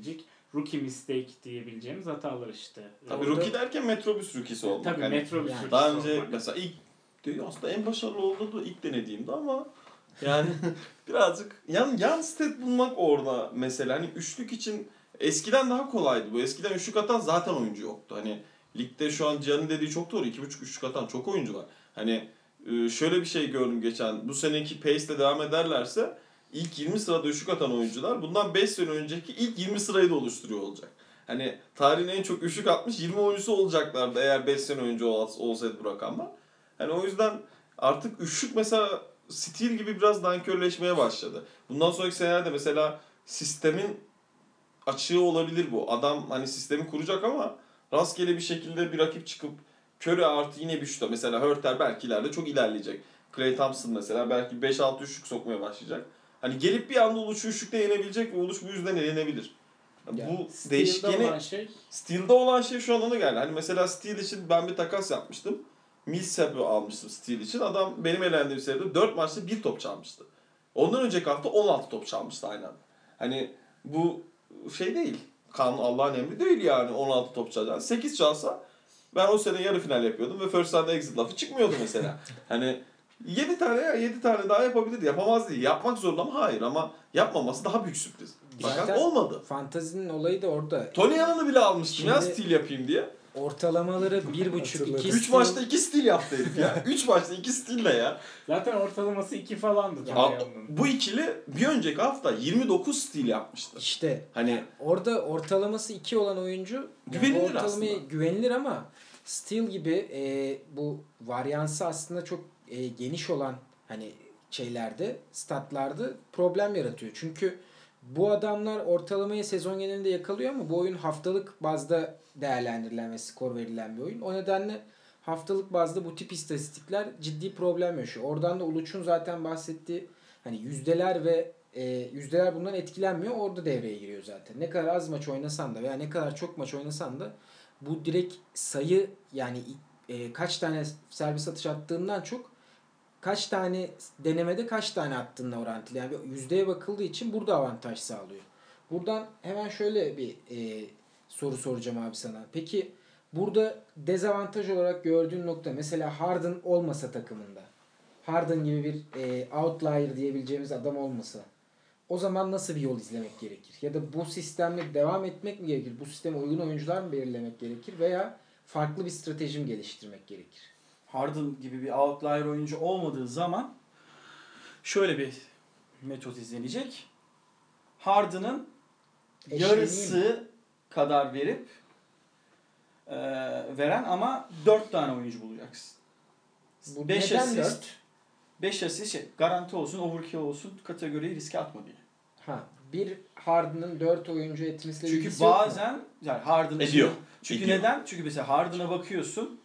rookie mistake diyebileceğimiz hatalar işte. Tabii Orada- rookie derken Metrobüs rookie'si olmak. Tabii Hani Metrobüs yani rookie'si daha önce olmak. mesela ilk diyor aslında en başarılı olduğu da ilk denediğimde ama yani birazcık yan yan stat bulmak orada mesela. Hani üçlük için eskiden daha kolaydı bu. Eskiden üçlük atan zaten oyuncu yoktu. Hani ligde şu an Cihan'ın dediği çok doğru. iki buçuk üçlük atan çok oyuncu var. Hani e, şöyle bir şey gördüm geçen. Bu seneki pace'le devam ederlerse ilk yirmi sırada üçlük atan oyuncular bundan beş sene önceki ilk yirmi sırayı da oluşturuyor olacak. Hani tarihin en çok üçlük atmış yirmi oyuncusu olacaklardı eğer beş sene önce olsaydı bu rakamlar. Hani o yüzden artık üçlük mesela stil gibi biraz nankörleşmeye başladı. Bundan sonraki senelerde mesela sistemin açığı olabilir bu. Adam hani sistemi kuracak ama rastgele bir şekilde bir rakip çıkıp Curry artı yine bir şuta. Mesela Hurter belki ileride çok ilerleyecek. Klay Thompson mesela belki beş altı üçlük sokmaya başlayacak. Hani gelip bir anda Uluç'u üçlükte yenebilecek ve Uluç bu yüzden yenebilir. Yani Ya, bu Steel'de değişkeni olan şey Steel'de olan şey şu an ona geldi. Hani mesela Steel için ben bir takas yapmıştım. Millsap'ı almıştım Steel için. Adam benim elendiğim seride dört maçta bir top çalmıştı. Ondan önceki hafta on altı top çalmıştı aynen. Hani bu şey değil. Kanun Allah'ın emri değil yani on altı top çalacağını. sekiz çalsa ben o sene yarı final yapıyordum ve first round exit lafı çıkmıyordu mesela. Hani yedi tane ya yedi tane daha yapabilirdi. Yapamaz değil. Yapmak zorunda mı? Hayır ama yapmaması daha büyük sürpriz. Fakat Zaten olmadı. Fantazinin olayı da orada. Tony Allen'ı bile almıştım ya Şimdi- stil yapayım diye. Ortalamaları bir buçuk Hatırladım. iki üç stil- maçta iki stil yaptı herif ya. üç maçta iki stille ya. zaten ortalaması iki falandı. Ya, Tony Al- Allen'ın. bu ikili bir önceki hafta yirmi dokuz stil yapmıştı. İşte Hani orada ortalaması iki olan oyuncu yani Güvenilir bu ortalamaya aslında. güvenilir ama Steel gibi e, bu varyansı aslında çok e, geniş olan hani şeylerde, statlarda problem yaratıyor. Çünkü bu adamlar ortalamayı sezon genelinde yakalıyor ama bu oyun haftalık bazda değerlendirilen ve skor verilen bir oyun. O nedenle haftalık bazda bu tip istatistikler ciddi problem yaşıyor. Oradan da Uluç'un zaten bahsettiği hani yüzdeler ve e, yüzdeler bundan etkilenmiyor. Orada devreye giriyor zaten. Ne kadar az maç oynasan da veya ne kadar çok maç oynasan da bu direkt sayı yani e, kaç tane servis atış attığından çok kaç tane denemede kaç tane attığına orantılı. Yani yüzdeye bakıldığı için burada avantaj sağlıyor. Buradan hemen şöyle bir e, soru soracağım abi sana. Peki burada dezavantaj olarak gördüğün nokta mesela Harden olmasa takımında. Harden gibi bir e, outlier diyebileceğimiz adam olmasa. O zaman nasıl bir yol izlemek gerekir? Ya da bu sistemle devam etmek mi gerekir? Bu sisteme uygun oyuncular mı belirlemek gerekir? Veya farklı bir strateji mi geliştirmek gerekir? Harden gibi bir outlier oyuncu olmadığı zaman şöyle bir metot izlenecek. Harden'ın Eşleğini yarısı kadar verip e, veren ama dört tane oyuncu bulacaksın. Bu beş neden asist, dört? beş asist şey, garanti olsun, overkill olsun, kategoriyi riske atma diye. Ha, bir Harden'ın dört oyuncu etmesiyle Çünkü ilgisi yok mu? bazen yani Harden'ın Ediyor. Çünkü Ediyor. neden? Çünkü mesela Harden'a bakıyorsun.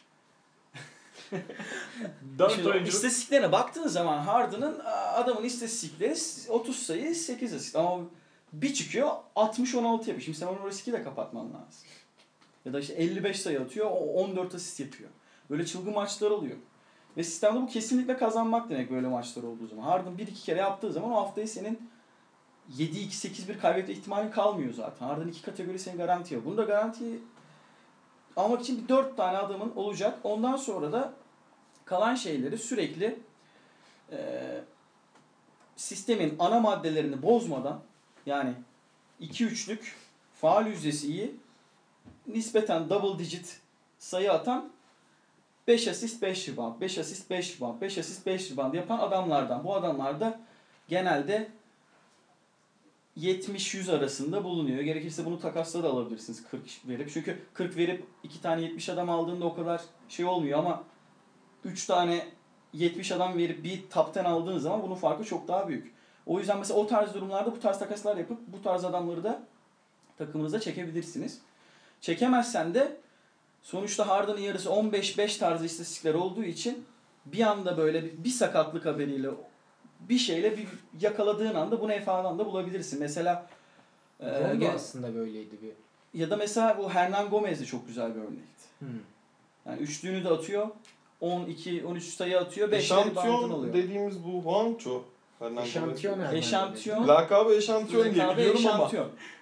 Dört Şimdi oyuncu istatistiklerine baktığın zaman Harden'ın adamın istatistikleri otuz sayı sekiz asist ama bir çıkıyor altmış on altı yapıyor. Şimdi sen onun riski de kapatman lazım. Ya da işte elli beş sayı atıyor on dört asist yapıyor. Böyle çılgın maçlar oluyor. Ve sistemde bu kesinlikle kazanmak demek böyle maçlar olduğu zaman. Harden bir iki kere yaptığı zaman o haftayı senin yedi iki sekiz bir kaybetme ihtimalin kalmıyor zaten. Harden iki kategori seni garantiyor. Bunu da garantiyi almak için bir dört tane adamın olacak. Ondan sonra da kalan şeyleri sürekli e, sistemin ana maddelerini bozmadan yani iki üçlük faul yüzdesi iyi nispeten double digit sayı atan beş asist beş rebound, beş asist beş rebound, beş asist beş rebound yapan adamlardan. Bu adamlar da genelde yetmiş yüz arasında bulunuyor. Gerekirse bunu takasla da alabilirsiniz kırk verip. Çünkü kırk verip iki tane yetmiş adam aldığında o kadar şey olmuyor ama üç tane yetmiş adam verip bir top on aldığın zaman bunun farkı çok daha büyük. O yüzden mesela o tarz durumlarda bu tarz takaslar yapıp bu tarz adamları da takımınıza çekebilirsiniz. Çekemezsen de sonuçta Harden'ın yarısı on beş beş tarzı istatistikler olduğu için bir anda böyle bir, bir sakatlık haberiyle bir şeyle bir yakaladığın anda bunu Efa'dan da bulabilirsin. Mesela Ronge e, aslında böyleydi bir. ya da mesela bu Hernan Gomez de çok güzel bir örnekti. Hmm. Yani üçlüğünü de atıyor. on iki on üç sayı atıyor. beş rebound'ın Eşantiyon oluyor. dediğimiz bu Juancho. Eşantiyon Hernan Eşantiyon. Lakabı eşantiyon diye Lakabı biliyorum ama eşantiyon.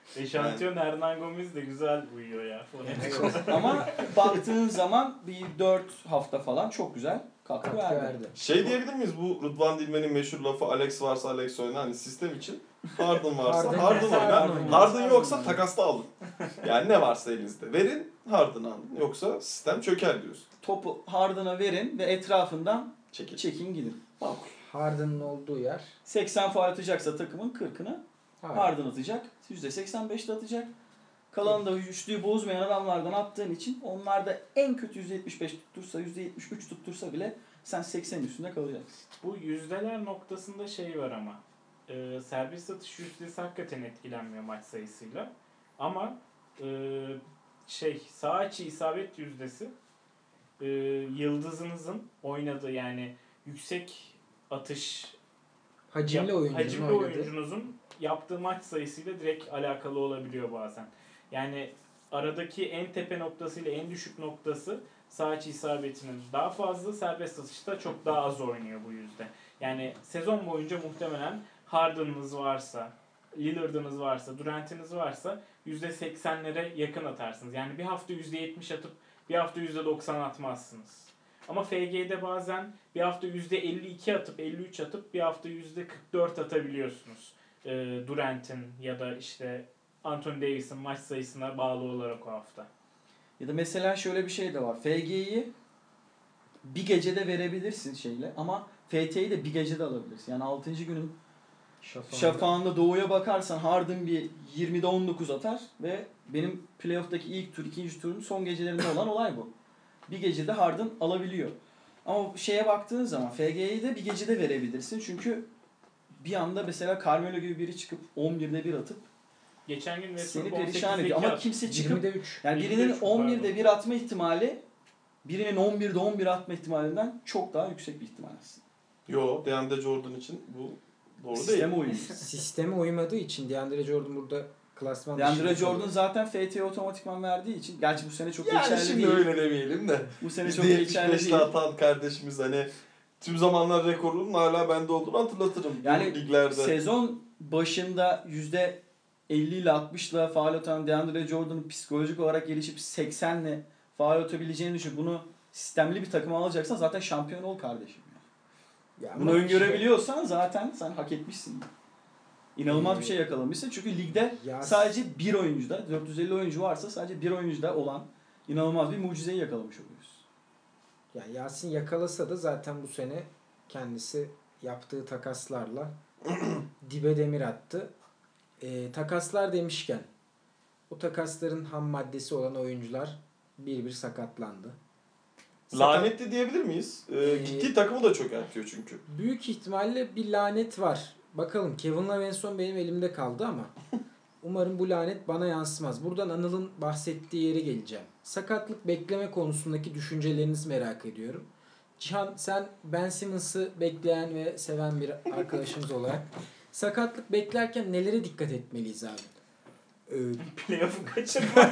Eşantiyon Hernan Gomez de güzel uyuyor ya. Ama baktığın zaman bir dört hafta falan çok güzel katkı Katkı verdi. verdi. Şey diyebilir miyiz bu Rıdvan Dilmen'in meşhur lafı Alex varsa Alex oyna hani sistem için Harden varsa Harden Harden varsa oyna. Harden oyna. Harden yoksa takasla alın. Yani ne varsa elinizde verin Harden alın. Yoksa sistem çöker diyorsun. Topu Harden'a verin ve etrafından Çekil. çekin gidin. Harden'ın olduğu yer. seksen faul atacaksa takımın kırkını Harden. Harden atacak. yüzde seksen beşte atacak. Kalanı da üçlüyü bozmayan adamlardan attığın için onlar da en kötü yüzde yetmiş beş tuttursa, yüzde yetmiş üç tuttursa bile sen seksenin üstünde kalacaksın. Bu yüzdeler noktasında şey var ama. E, serbest atış yüzdesi hakikaten etkilenmiyor maç sayısıyla. Ama e, şey sağ içi isabet yüzdesi e, yıldızınızın oynadığı yani yüksek atış Hacimli yap- oyuncunun hacimli oynadığı. oyuncunuzun yaptığı maç sayısıyla direkt alakalı olabiliyor bazen. Yani aradaki en tepe noktası ile en düşük noktası sağ içi isabetinin daha fazla, serbest atışta çok daha az oynuyor bu yüzde. Yani sezon boyunca muhtemelen Harden'ınız varsa, Lillard'ınız varsa, Durant'iniz varsa yüzde seksenlere yakın atarsınız. Yani bir hafta yüzde yetmiş atıp bir hafta yüzde doksan atmazsınız. Ama F G'de bazen bir hafta yüzde elli iki atıp elli üç atıp bir hafta yüzde kırk dört atabiliyorsunuz. Ee, Durant'in ya da işte Anthony Davis'in maç sayısına bağlı olarak o hafta. Ya da mesela şöyle bir şey de var. F G'yi bir gecede verebilirsin şeyle ama F T'yi de bir gecede alabilirsin. Yani altıncı günün Şafağında. şafağında doğuya bakarsan Harden bir yirmide on dokuz atar ve benim playoff'taki ilk tur, ikinci turun son gecelerinde olan olay bu. Bir gecede Harden alabiliyor. Ama şeye baktığın zaman F G'yi de bir gecede verebilirsin. Çünkü bir anda mesela Carmelo gibi biri çıkıp on birde bir atıp Geçen gün seni Westbrook perişan ediyor. Ama kimse çıkıp yirmide üç. yani yirmide birinin üç on birde pardon. bir atma ihtimali birinin on birde on bir atma ihtimalinden çok daha yüksek bir ihtimal aslında. Yo, DeAndre Jordan için bu doğru değil. Sisteme uyuyor. Sisteme uymadığı için DeAndre Jordan burada klasman DeAndre dışında Jordan kalıyor. zaten F T'yi otomatikman verdiği için gerçi bu sene çok Yani geçerli şimdi değil. öyle demeyelim de. Bu sene çok yüzde geçerli yetmiş beşte değil. atan kardeşimiz hani tüm zamanlar rekorunun hala bende olduğunu hatırlatırım. Yani bu liglerde. Sezon başında yüzde elli ile altmış ile faal atan DeAndre Jordan'ın psikolojik olarak gelişip seksenle faal atabileceğini düşün. Bunu sistemli bir takıma alacaksan zaten şampiyon ol kardeşim. Ya Bunu ama öngörebiliyorsan zaten sen hak etmişsin. İnanılmaz Ee, bir şey yakalamışsın. Çünkü ligde Ya- sadece bir oyuncuda, dört yüz elli oyuncu varsa sadece bir oyuncuda olan inanılmaz bir mucizeyi yakalamış oluyoruz. Ya Yasin yakalasa da zaten bu sene kendisi yaptığı takaslarla dibe demir attı. Ee, takaslar demişken o takasların ham maddesi olan oyuncular bir bir sakatlandı. Sakat- Lanetli diyebilir miyiz? Ee, Ee, gittiği takımı da çökertiyor çünkü. Büyük ihtimalle bir lanet var. Bakalım Kevin Love en son benim elimde kaldı ama umarım bu lanet bana yansımaz. Buradan Anıl'ın bahsettiği yere geleceğim. Sakatlık bekleme konusundaki düşüncelerinizi merak ediyorum. Cihan sen Ben Simmons'ı bekleyen ve seven bir arkadaşımız olarak sakatlık beklerken nelere dikkat etmeliyiz abi? Ee, Playoff'u kaçırma.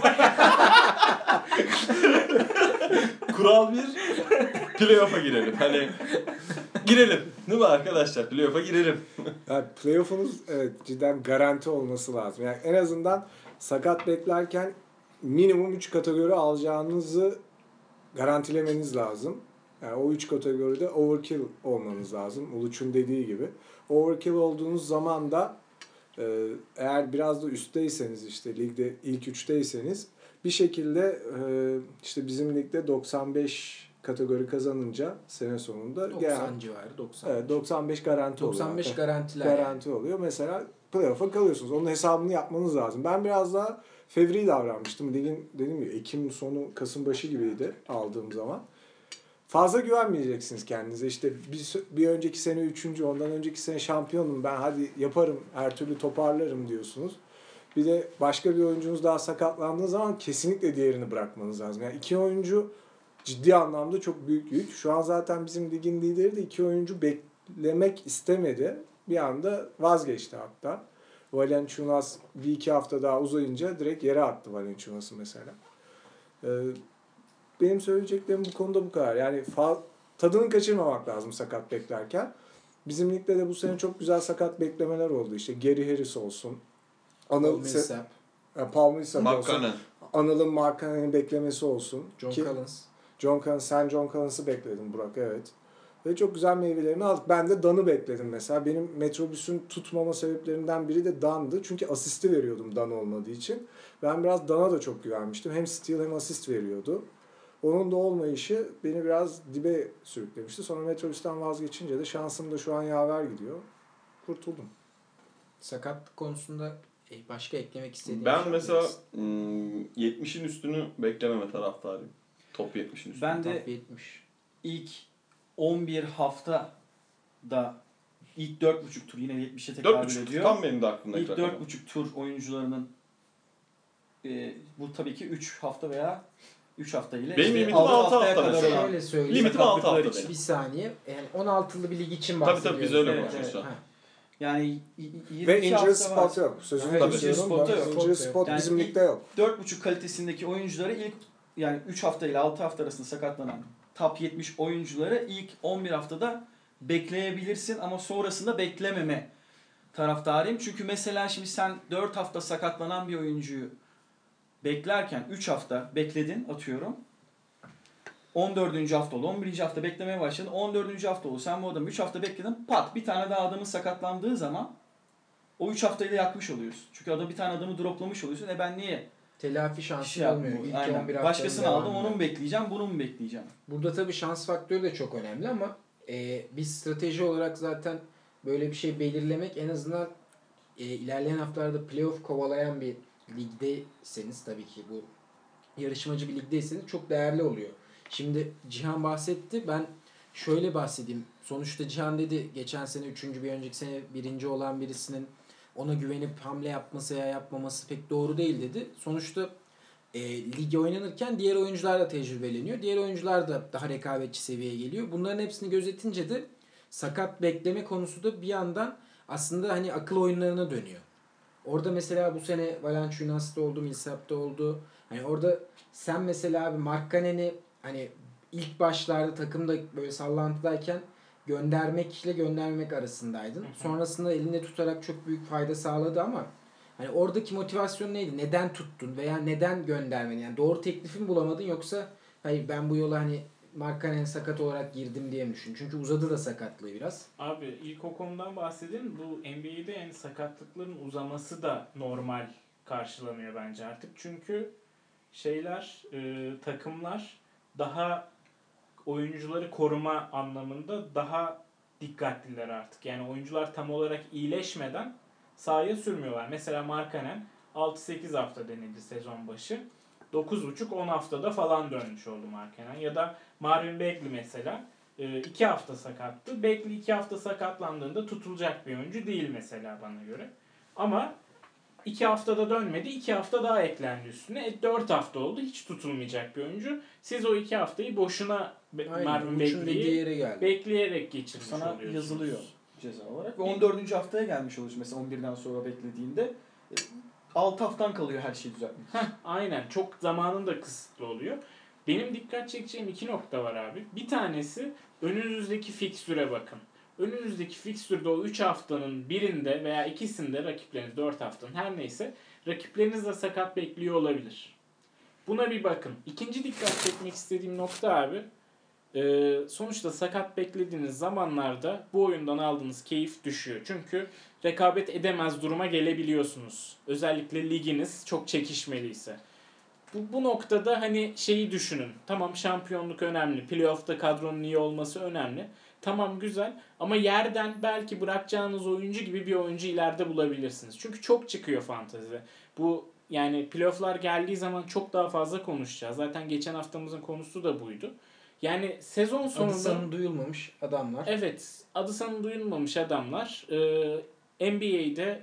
Kural bir, playoff'a girelim. Hani girelim. Değil mi arkadaşlar? Playoff'a girelim. Yani playoff'unuz evet cidden garanti olması lazım. Yani en azından sakat beklerken minimum üç kategori alacağınızı garantilemeniz lazım. Yani o üç kategoride overkill olmanız lazım. Uluç'un dediği gibi. Overkill olduğunuz zaman da e, eğer biraz da üstteyseniz işte ligde ilk üçteyseniz bir şekilde e, işte bizim ligde doksan beş kategori kazanınca sene sonunda doksan civarı doksan. evet, doksan beş garanti oluyor. doksan beş garantiler. Garanti oluyor. Mesela playoff'a kalıyorsunuz. Onun hesabını yapmanız lazım. Ben biraz daha fevri davranmıştım. Ligin dediğim gibi Ekim sonu Kasım başı gibiydi aldığım zaman. Fazla güvenmeyeceksiniz kendinize. İşte bir, bir önceki sene üçüncü, ondan önceki sene şampiyonum ben hadi yaparım, her türlü toparlarım diyorsunuz. Bir de başka bir oyuncunuz daha sakatlandığı zaman kesinlikle diğerini bırakmanız lazım. Yani iki oyuncu ciddi anlamda çok büyük yük. Şu an zaten bizim ligin lideri de iki oyuncu beklemek istemedi. Bir anda vazgeçti hatta. Valanciunas bir iki hafta daha uzayınca direkt yere attı Valanciunas'ı mesela. Ee, benim söyleyeceklerim bu konuda bu kadar. Yani fa- tadını kaçırmamak lazım sakat beklerken. Bizim ligde de bu sene çok güzel sakat beklemeler oldu. İşte Gary Harris olsun. Anıl, Se- Millsap. Yani Paul Millsap olsun. Markkanen. Anıl'ın Markkanen'i beklemesi olsun. John Ki, Collins. John Collins. Sen John Collins'ı bekledin Burak, evet. Ve çok güzel meyvelerini aldık. Ben de Dan'ı bekledim mesela. Benim Metrobüs'ün tutmama sebeplerinden biri de Dan'dı. Çünkü asisti veriyordum Dan olmadığı için. Ben biraz Dan'a da çok güvenmiştim. Hem steal hem asist veriyordu. Onun da olmayışı beni biraz dibe sürüklemişti. Sonra Metrobüs'ten vazgeçince de şansım da şu an yaver gidiyor. Kurtuldum. Sakatlık konusunda e, başka eklemek istediğim Ben şey var mesela mı? hmm, yetmişin üstünü beklememe taraftarıyım. Top yetmişin üstünü. Ben de Top yetmiş. ilk on bir hafta da ilk dört buçuk tur yine yetmişe tekabül dört buçuk ediyor. tam benim de aklımdaki İlk rakam. dört buçuk tur oyuncularının e, bu tabii ki üç hafta veya üç hafta ile Benim işte limitim altı altı haftaya hafta kadar mesela. olan Şöyle söyleyeyim. Limitim altı hafta sakatlıklar benim. Bir saniye. Yani on altılı bir lig için Tabii bahsediyoruz. tabii biz öyle Evet, konuşuyoruz şu an. Ha. Yani y- y- yirmi Ve iki injury hafta var. spot yok. Sözünü Evet, kesiyorum. injury spot da yok. Injury spot Yani bizim ilk- ligde yok. dört buçuk kalitesindeki oyuncuları ilk yani üç hafta ile altı hafta arasında sakatlanan top yetmiş oyuncuları ilk on bir haftada bekleyebilirsin ama sonrasında beklememe taraftarıyım. Çünkü mesela şimdi sen dört hafta sakatlanan bir oyuncuyu beklerken üç hafta bekledin atıyorum. on dördüncü hafta oldu. on birinci hafta beklemeye başladın. on dördüncü hafta oldu. Sen bu adamı üç hafta bekledin. Pat bir tane daha adamın sakatlandığı zaman o üç haftayı da yakmış oluyorsun. Çünkü adam bir tane adamı droplamış oluyorsun. E ben niye Telafi şansı şey olmuyor. yapmıyorum? İlk Aynen. on bir haftanın Başkasını aldım. devamında. Onu mu bekleyeceğim? Bunu mu bekleyeceğim? Burada tabii şans faktörü de çok önemli ama e, biz strateji olarak zaten böyle bir şey belirlemek en azından e, ilerleyen haftalarda playoff kovalayan bir ligdeyseniz tabii ki bu yarışmacı bir ligdeyseniz çok değerli oluyor. Şimdi Cihan bahsetti. Ben şöyle bahsedeyim. Sonuçta Cihan dedi geçen sene üçüncü bir önceki sene birinci olan birisinin ona güvenip hamle yapması veya yapmaması pek doğru değil dedi. Sonuçta e, ligi oynanırken diğer oyuncular da tecrübeleniyor. Diğer oyuncular da daha rekabetçi seviyeye geliyor. Bunların hepsini gözetince de sakat bekleme konusu da bir yandan aslında hani akıl oyunlarına dönüyor. Orada mesela bu sene Valanciunas'ta oldu, Millsap'ta oldu. Hani orada sen mesela abi Markkanen'i hani ilk başlarda takımda böyle sallantıdayken göndermekle göndermemek arasındaydın. Hı hı. Sonrasında elinde tutarak çok büyük fayda sağladı ama hani oradaki motivasyon neydi? Neden tuttun veya neden göndermedin? Yani doğru teklifi mi bulamadın yoksa hayır ben bu yola hani Markkanen sakat olarak girdim diye mi düşün? Çünkü uzadı da sakatlığı biraz. Abi ilk o konudan bahsedelim. Bu N B A'de yani sakatlıkların uzaması da normal karşılanıyor bence artık. Çünkü şeyler, e, takımlar daha oyuncuları koruma anlamında daha dikkatliler artık. Yani oyuncular tam olarak iyileşmeden sahaya sürmüyorlar. Mesela Markkanen altı sekiz hafta denildi sezon başı. dokuz buçuk on haftada falan dönmüş oldu Markkanen. Ya da Marvin Bagley mesela iki hafta sakattı. Bagley iki hafta sakatlandığında tutulacak bir oyuncu değil mesela bana göre. Ama iki haftada dönmedi. iki hafta daha eklendi üstüne. E, dört hafta oldu. Hiç tutulmayacak bir oyuncu. Siz o iki haftayı boşuna Be- Marvin Uçun dediği Bagley'i yere geldi. bekleyerek geçirmiş Sana oluyorsunuz. yazılıyor ceza olarak. Ve on dördüncü haftaya gelmiş oluyorsun mesela on birden sonra beklediğinde. altı haftan kalıyor her şey düzeltmek. Heh, aynen. Çok zamanın da kısıtlı oluyor. Benim dikkat çekeceğim iki nokta var abi. Bir tanesi önünüzdeki fikstüre bakın. Önünüzdeki fikstürde o üç haftanın birinde veya ikisinde rakipleriniz dört haftanın her neyse rakipleriniz de sakat bekliyor olabilir. Buna bir bakın. İkinci dikkat çekmek istediğim nokta abi. Ee, sonuçta sakat beklediğiniz zamanlarda bu oyundan aldığınız keyif düşüyor. Çünkü rekabet edemez duruma gelebiliyorsunuz. Özellikle liginiz çok çekişmeliyse. Bu, bu noktada hani şeyi düşünün. Tamam şampiyonluk önemli. Playoff'ta kadronun iyi olması önemli. Tamam güzel ama yerden belki bırakacağınız oyuncu gibi bir oyuncu ileride bulabilirsiniz. Çünkü çok çıkıyor fantezide. Bu yani playoff'lar geldiği zaman çok daha fazla konuşacağız. Zaten geçen haftamızın konusu da buydu. Yani sezon sonunda... Adı sanı duyulmamış adamlar. Evet, adı sanı duyulmamış adamlar. Ee, N B A'de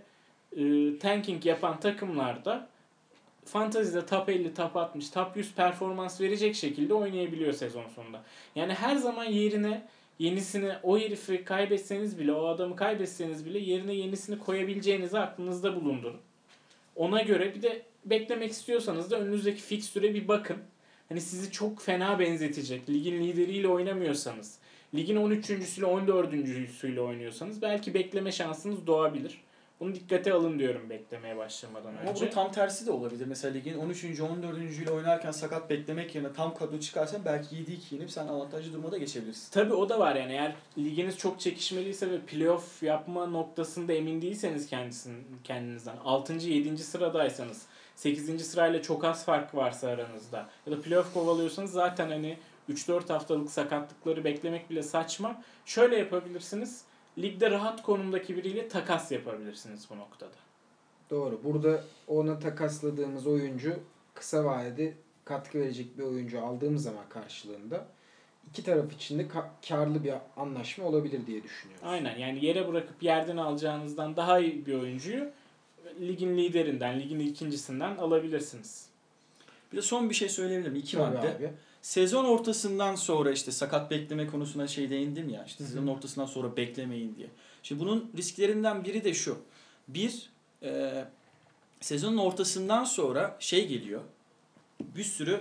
e, tanking yapan takımlarda fantezide top elli, top altmış, top yüz performans verecek şekilde oynayabiliyor sezon sonunda. Yani her zaman yerine yenisini, o herifi kaybetseniz bile, o adamı kaybetseniz bile yerine yenisini koyabileceğinizi aklınızda bulundurun. Ona göre bir de beklemek istiyorsanız da önünüzdeki fikstüre bir bakın. Hani sizi çok fena benzetecek. Ligin lideriyle oynamıyorsanız, ligin on üçüncüsüyle on dördüncüsüyle oynuyorsanız belki bekleme şansınız doğabilir. Bunu dikkate alın diyorum beklemeye başlamadan önce. Ama bunun tam tersi de olabilir. Mesela ligin on üçüncü on dördüncü ile oynarken sakat beklemek yerine tam kadro çıkarsan belki yedi iki yenip sen avantajlı durumda geçebilirsin. Tabii o da var yani, eğer liginiz çok çekişmeliyse ve playoff yapma noktasında emin değilseniz kendisinin, kendinizden altıncı yedinci sıradaysanız, sekizinci sırayla çok az fark varsa aranızda ya da playoff kovalıyorsanız zaten hani üç dört haftalık sakatlıkları beklemek bile saçma. Şöyle yapabilirsiniz. Ligde rahat konumdaki biriyle takas yapabilirsiniz bu noktada. Doğru. Burada ona takasladığımız oyuncu kısa vadede katkı verecek bir oyuncu aldığımız zaman karşılığında iki taraf için de ka- karlı bir anlaşma olabilir diye düşünüyoruz. Aynen, yani yere bırakıp yerden alacağınızdan daha iyi bir oyuncuyu ligin liderinden, ligin ikincisinden alabilirsiniz. Bir de son bir şey söyleyebilirim. İki Tabii madde. abi. Sezon ortasından sonra işte sakat bekleme konusuna şey değindim ya. İşte Hı hı. sezon ortasından sonra beklemeyin diye. Şimdi bunun risklerinden biri de şu. Bir, e, sezonun ortasından sonra şey geliyor. Bir sürü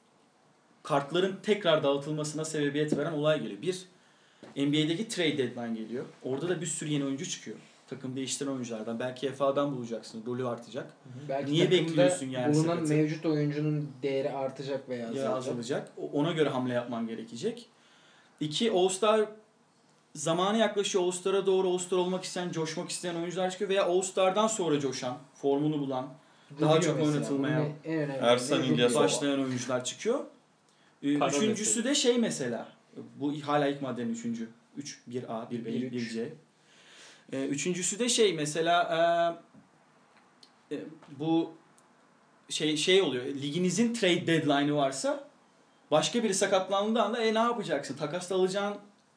kartların tekrar dağıtılmasına sebebiyet veren olay geliyor. Bir, N B A'deki trade deadline geliyor. Orada da bir sürü yeni oyuncu çıkıyor. Takım değiştiren oyunculardan. Belki F A'dan bulacaksın. Rolü artacak. Belki Niye takımda bekliyorsun yani bulunan sakatı? mevcut oyuncunun değeri artacak veya Ya azalacak. azalacak. O- Ona göre hamle yapman gerekecek. İki, All-Star zamanı yaklaşıyor. All-Star'a doğru All-Star olmak isteyen, coşmak isteyen oyuncular çıkıyor. Veya All-Star'dan sonra coşan, formunu bulan, daha Rubio çok mesela. oynatılmaya Bunun en önemli Ersan örneği Rubio. İlyasova. başlayan oyuncular çıkıyor. Ee, Para Üçüncüsü mesela. de şey mesela. Bu hala ilk maddenin üçüncü. üç, bir A, bir B, Bir üç. bir C. Ee, Üçüncüsü de şey mesela e, e, bu şey şey oluyor. Liginizin trade deadline'ı varsa başka biri sakatlandığı anda e ne yapacaksın? Takasla alacağın,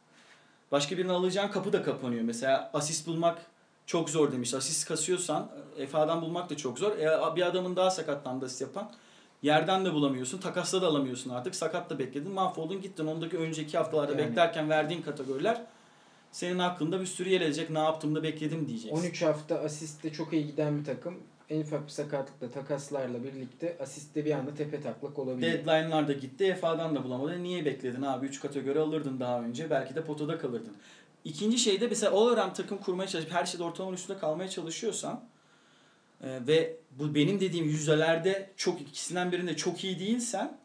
başka birini alacağın kapı da kapanıyor. Mesela asist bulmak çok zor demiş. Asist kasıyorsan F A'dan bulmak da çok zor. E, bir adamın daha sakatlandı asist yapan. Yerden de bulamıyorsun. Takasla da alamıyorsun artık. Sakat da bekledin. Mahvoldun gittin. Ondaki önceki haftalarda Yani. beklerken verdiğin kategoriler senin hakkında bir sürü yer edecek. Ne yaptığımda bekledim diyeceksin. on üç hafta asiste çok iyi giden bir takım en ufak bir sakatlıkla, takaslarla birlikte asiste bir anda tepe taklak olabilir. Deadline'lar da gitti. F A'dan da bulamadın. Niye bekledin abi? üç kategori alırdın daha önce. Belki de potada kalırdın. İkinci şey de mesela all-around takım kurmaya çalışıp her şeyde ortalamanın üstünde kalmaya çalışıyorsan e, ve bu benim dediğim yüzdelerde çok ikisinden birinde çok iyi değilsen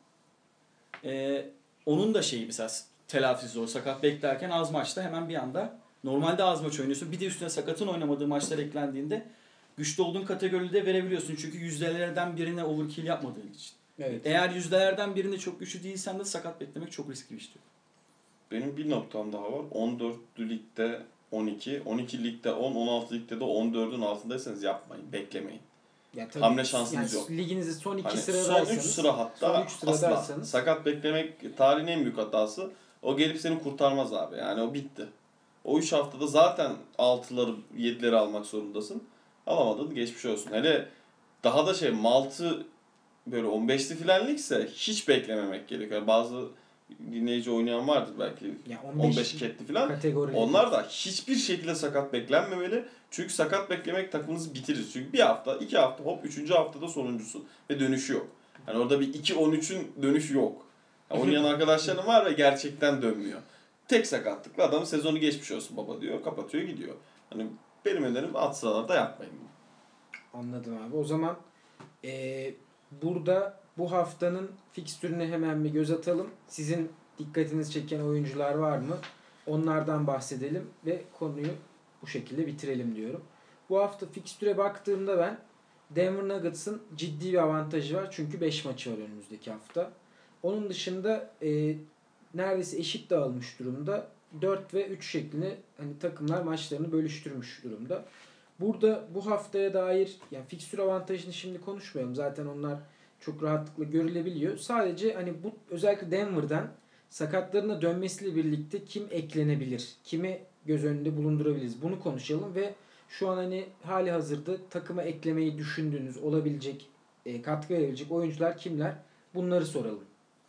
e, onun da şeyi mesela telafisi zor. Sakat beklerken az maçta hemen bir anda normalde az maç oynuyorsun. Bir de üstüne sakatın oynamadığı maçlar eklendiğinde güçlü olduğun kategoride verebiliyorsun. Çünkü yüzdelerden birine overkill yapmadığın için. Evet. Eğer yüzdelerden birinde çok güçlü değilsen de sakat beklemek çok riskli bir iş diyor. Benim bir noktam daha var. on dörtlü ligde on iki, on iki ligde on, on altı ligde de on dördün altındaysanız yapmayın, beklemeyin. Ya tabii, Hamle şansınız yani yok. Liginizin son iki Hani sıradaysanız. son üç sıra hatta son üç sıradaysanız- asla. Sakat beklemek tarihin en büyük hatası. O gelip seni kurtarmaz abi. Yani o bitti. O üç haftada zaten altıları yedileri almak zorundasın. Alamadın geçmiş olsun. Hele daha da şey Maltı böyle on beşli filan ligse hiç beklememek gerekiyor. Bazı dinleyici oynayan vardır belki. Ya on beş ketli filan. kategori. Onlar da hiçbir şekilde sakat beklenmemeli. Çünkü sakat beklemek takımınızı bitirir. Çünkü bir hafta, iki hafta hop üçüncü haftada sonuncusu. Ve dönüşü yok. Yani orada bir iki on üçün dönüşü yok. Yani oynayan arkadaşlarım var ve gerçekten dönmüyor. Tek sakatlıkla adam sezonu geçmiş olsun baba diyor. Kapatıyor gidiyor. Hani benim önerim alt sıralarda yapmayın. Anladım abi. O zaman eee, burada bu haftanın fikstürüne hemen bir göz atalım. Sizin dikkatinizi çeken oyuncular var mı? Onlardan bahsedelim ve konuyu bu şekilde bitirelim diyorum. Bu hafta fikstüre baktığımda ben Denver Nuggets'ın ciddi bir avantajı var. Çünkü beş maçı var önümüzdeki hafta. Onun dışında eee, neredeyse eşit dağılmış durumda. dört ve üç şeklinde hani takımlar maçlarını bölüştürmüş durumda. Burada bu haftaya dair yani fikstür avantajını şimdi konuşmayalım. Zaten onlar çok rahatlıkla görülebiliyor. Sadece hani bu özellikle Denver'dan sakatların da dönmesiyle birlikte kim eklenebilir? Kimi göz önünde bulundurabiliriz? Bunu konuşalım ve şu an hani hali hazırda takıma eklemeyi düşündüğünüz olabilecek, e, katkı verebilecek oyuncular kimler? Bunları soralım.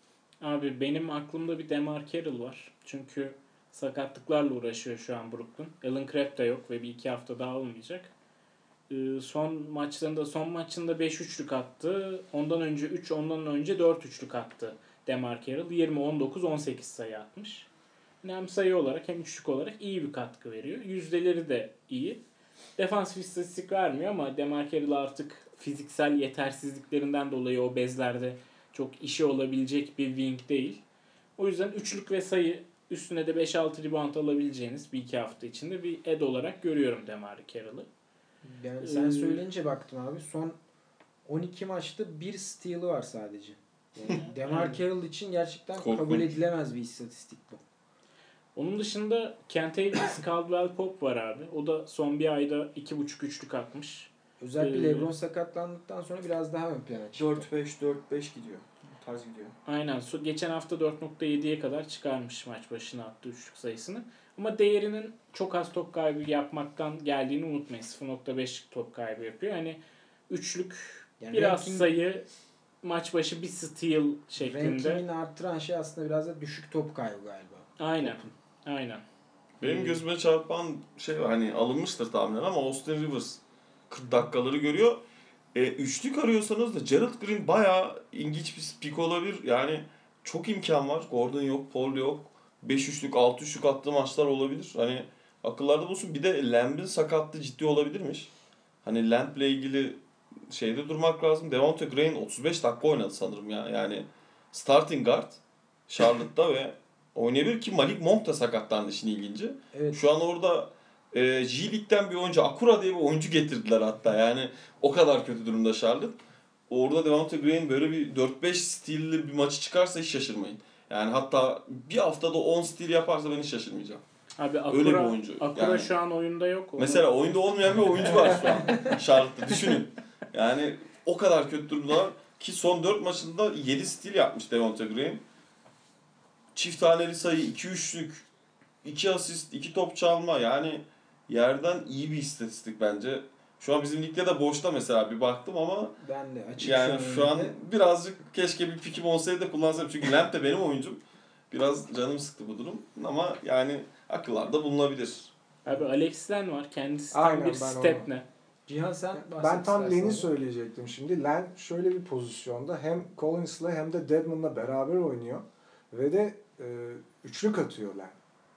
Abi benim aklımda bir DeMar Carroll var. Çünkü sakatlıklarla uğraşıyor şu an Brooklyn. Alan Crabb da yok ve bir iki hafta daha olmayacak. Ee, son maçlarında son maçında beş üçlük attı. Ondan önce üç, ondan önce dört üçlük attı DeMar Carroll. yirmi, on dokuz, on sekiz sayı atmış. Hem sayı olarak hem üçlük olarak iyi bir katkı veriyor. Yüzdeleri de iyi. Defansif istatistik vermiyor ama DeMarc Carroll artık fiziksel yetersizliklerinden dolayı o bezlerde çok işi olabilecek bir wing değil. O yüzden üçlük ve sayı üstüne de beş altı rebound alabileceğiniz bir iki hafta içinde bir ed olarak görüyorum DeMarc Carroll'ı. Yani sen Ee, söyleyince baktım abi. Son on iki maçta bir steal'ı var sadece. Yani DeMarc Carroll için gerçekten Korkunç. kabul edilemez bir istatistik bu. Onun dışında Kentavious Caldwell-Pope var abi. O da son bir ayda iki buçuk üçlük atmış. Özellikle Ee, LeBron sakatlandıktan sonra biraz daha ön plana çıktı. dört beş dört beş gidiyor. Bu tarz gidiyor. Aynen. So- Geçen hafta dört nokta yediye kadar çıkarmış maç başına attığı üçlük sayısını. Ama değerinin çok az top kaybı yapmaktan geldiğini unutmayın. sıfır nokta beş top kaybı yapıyor. Hani üçlük, Yani biraz ranking- sayı, maç başı bir steal şeklinde. Rankingini arttıran şey aslında biraz da düşük top kaybı galiba. Aynen. Aynen. Benim gözüme çarpan şey var, hani alınmıştır tahminen ama Austin Rivers kırk dakikaları görüyor. E, üçlük arıyorsanız da Gerald Green bayağı ilginç bir pik olabilir. Yani çok imkan var. Gordon yok, Paul yok. beş üçlük, altı üçlük attığı maçlar olabilir. Hani akıllarda bulsun. Bir de Lamb'in sakatlığı ciddi olabilirmiş. Hani Lamb'le ilgili şeyde durmak lazım. Devonte Green otuz beş dakika oynadı sanırım ya. Yani starting guard Charlotte'da ve oynayabilir ki Malik Monk da sakatlandı, işin ilginci. Evet. Şu an orada e, G League'den bir oyuncu, Akura diye bir oyuncu getirdiler hatta. Yani o kadar kötü durumda Charlotte. Orada Devonte Green böyle bir dört beş steal'li bir maçı çıkarsa hiç şaşırmayın. Yani hatta bir haftada on steal yaparsa ben hiç şaşırmayacağım. Abi Akura, Öyle bir oyuncu. Akura Yani- şu an oyunda yok. Onu- Mesela oyunda olmayan bir oyuncu var şu an Charlotte'da, düşünün. Yani o kadar kötü durumdalar ki son dört maçında yedi steal yapmış Devonte Green. Çift taneli sayı, iki üçlük, iki asist, iki top çalma, yani yerden iyi bir istatistik bence. Şu an bizim ligde de boşta mesela, bir baktım ama Ben de açık yani şu an önünde. birazcık keşke bir pikim olsaydı da kullansaydım. Çünkü Lamp de benim oyuncum. Biraz canım sıktı bu durum ama yani akıllarda bulunabilir. Abi Alex Len var. Kendisi Aynen, tam bir ben step onu- ne? Cihan sen bahset Ben tam istersen. Len'i söyleyecektim şimdi. Len şöyle bir pozisyonda hem Collins'la hem de Deadman'la beraber oynuyor. Ve de e, üçlük atıyor Len.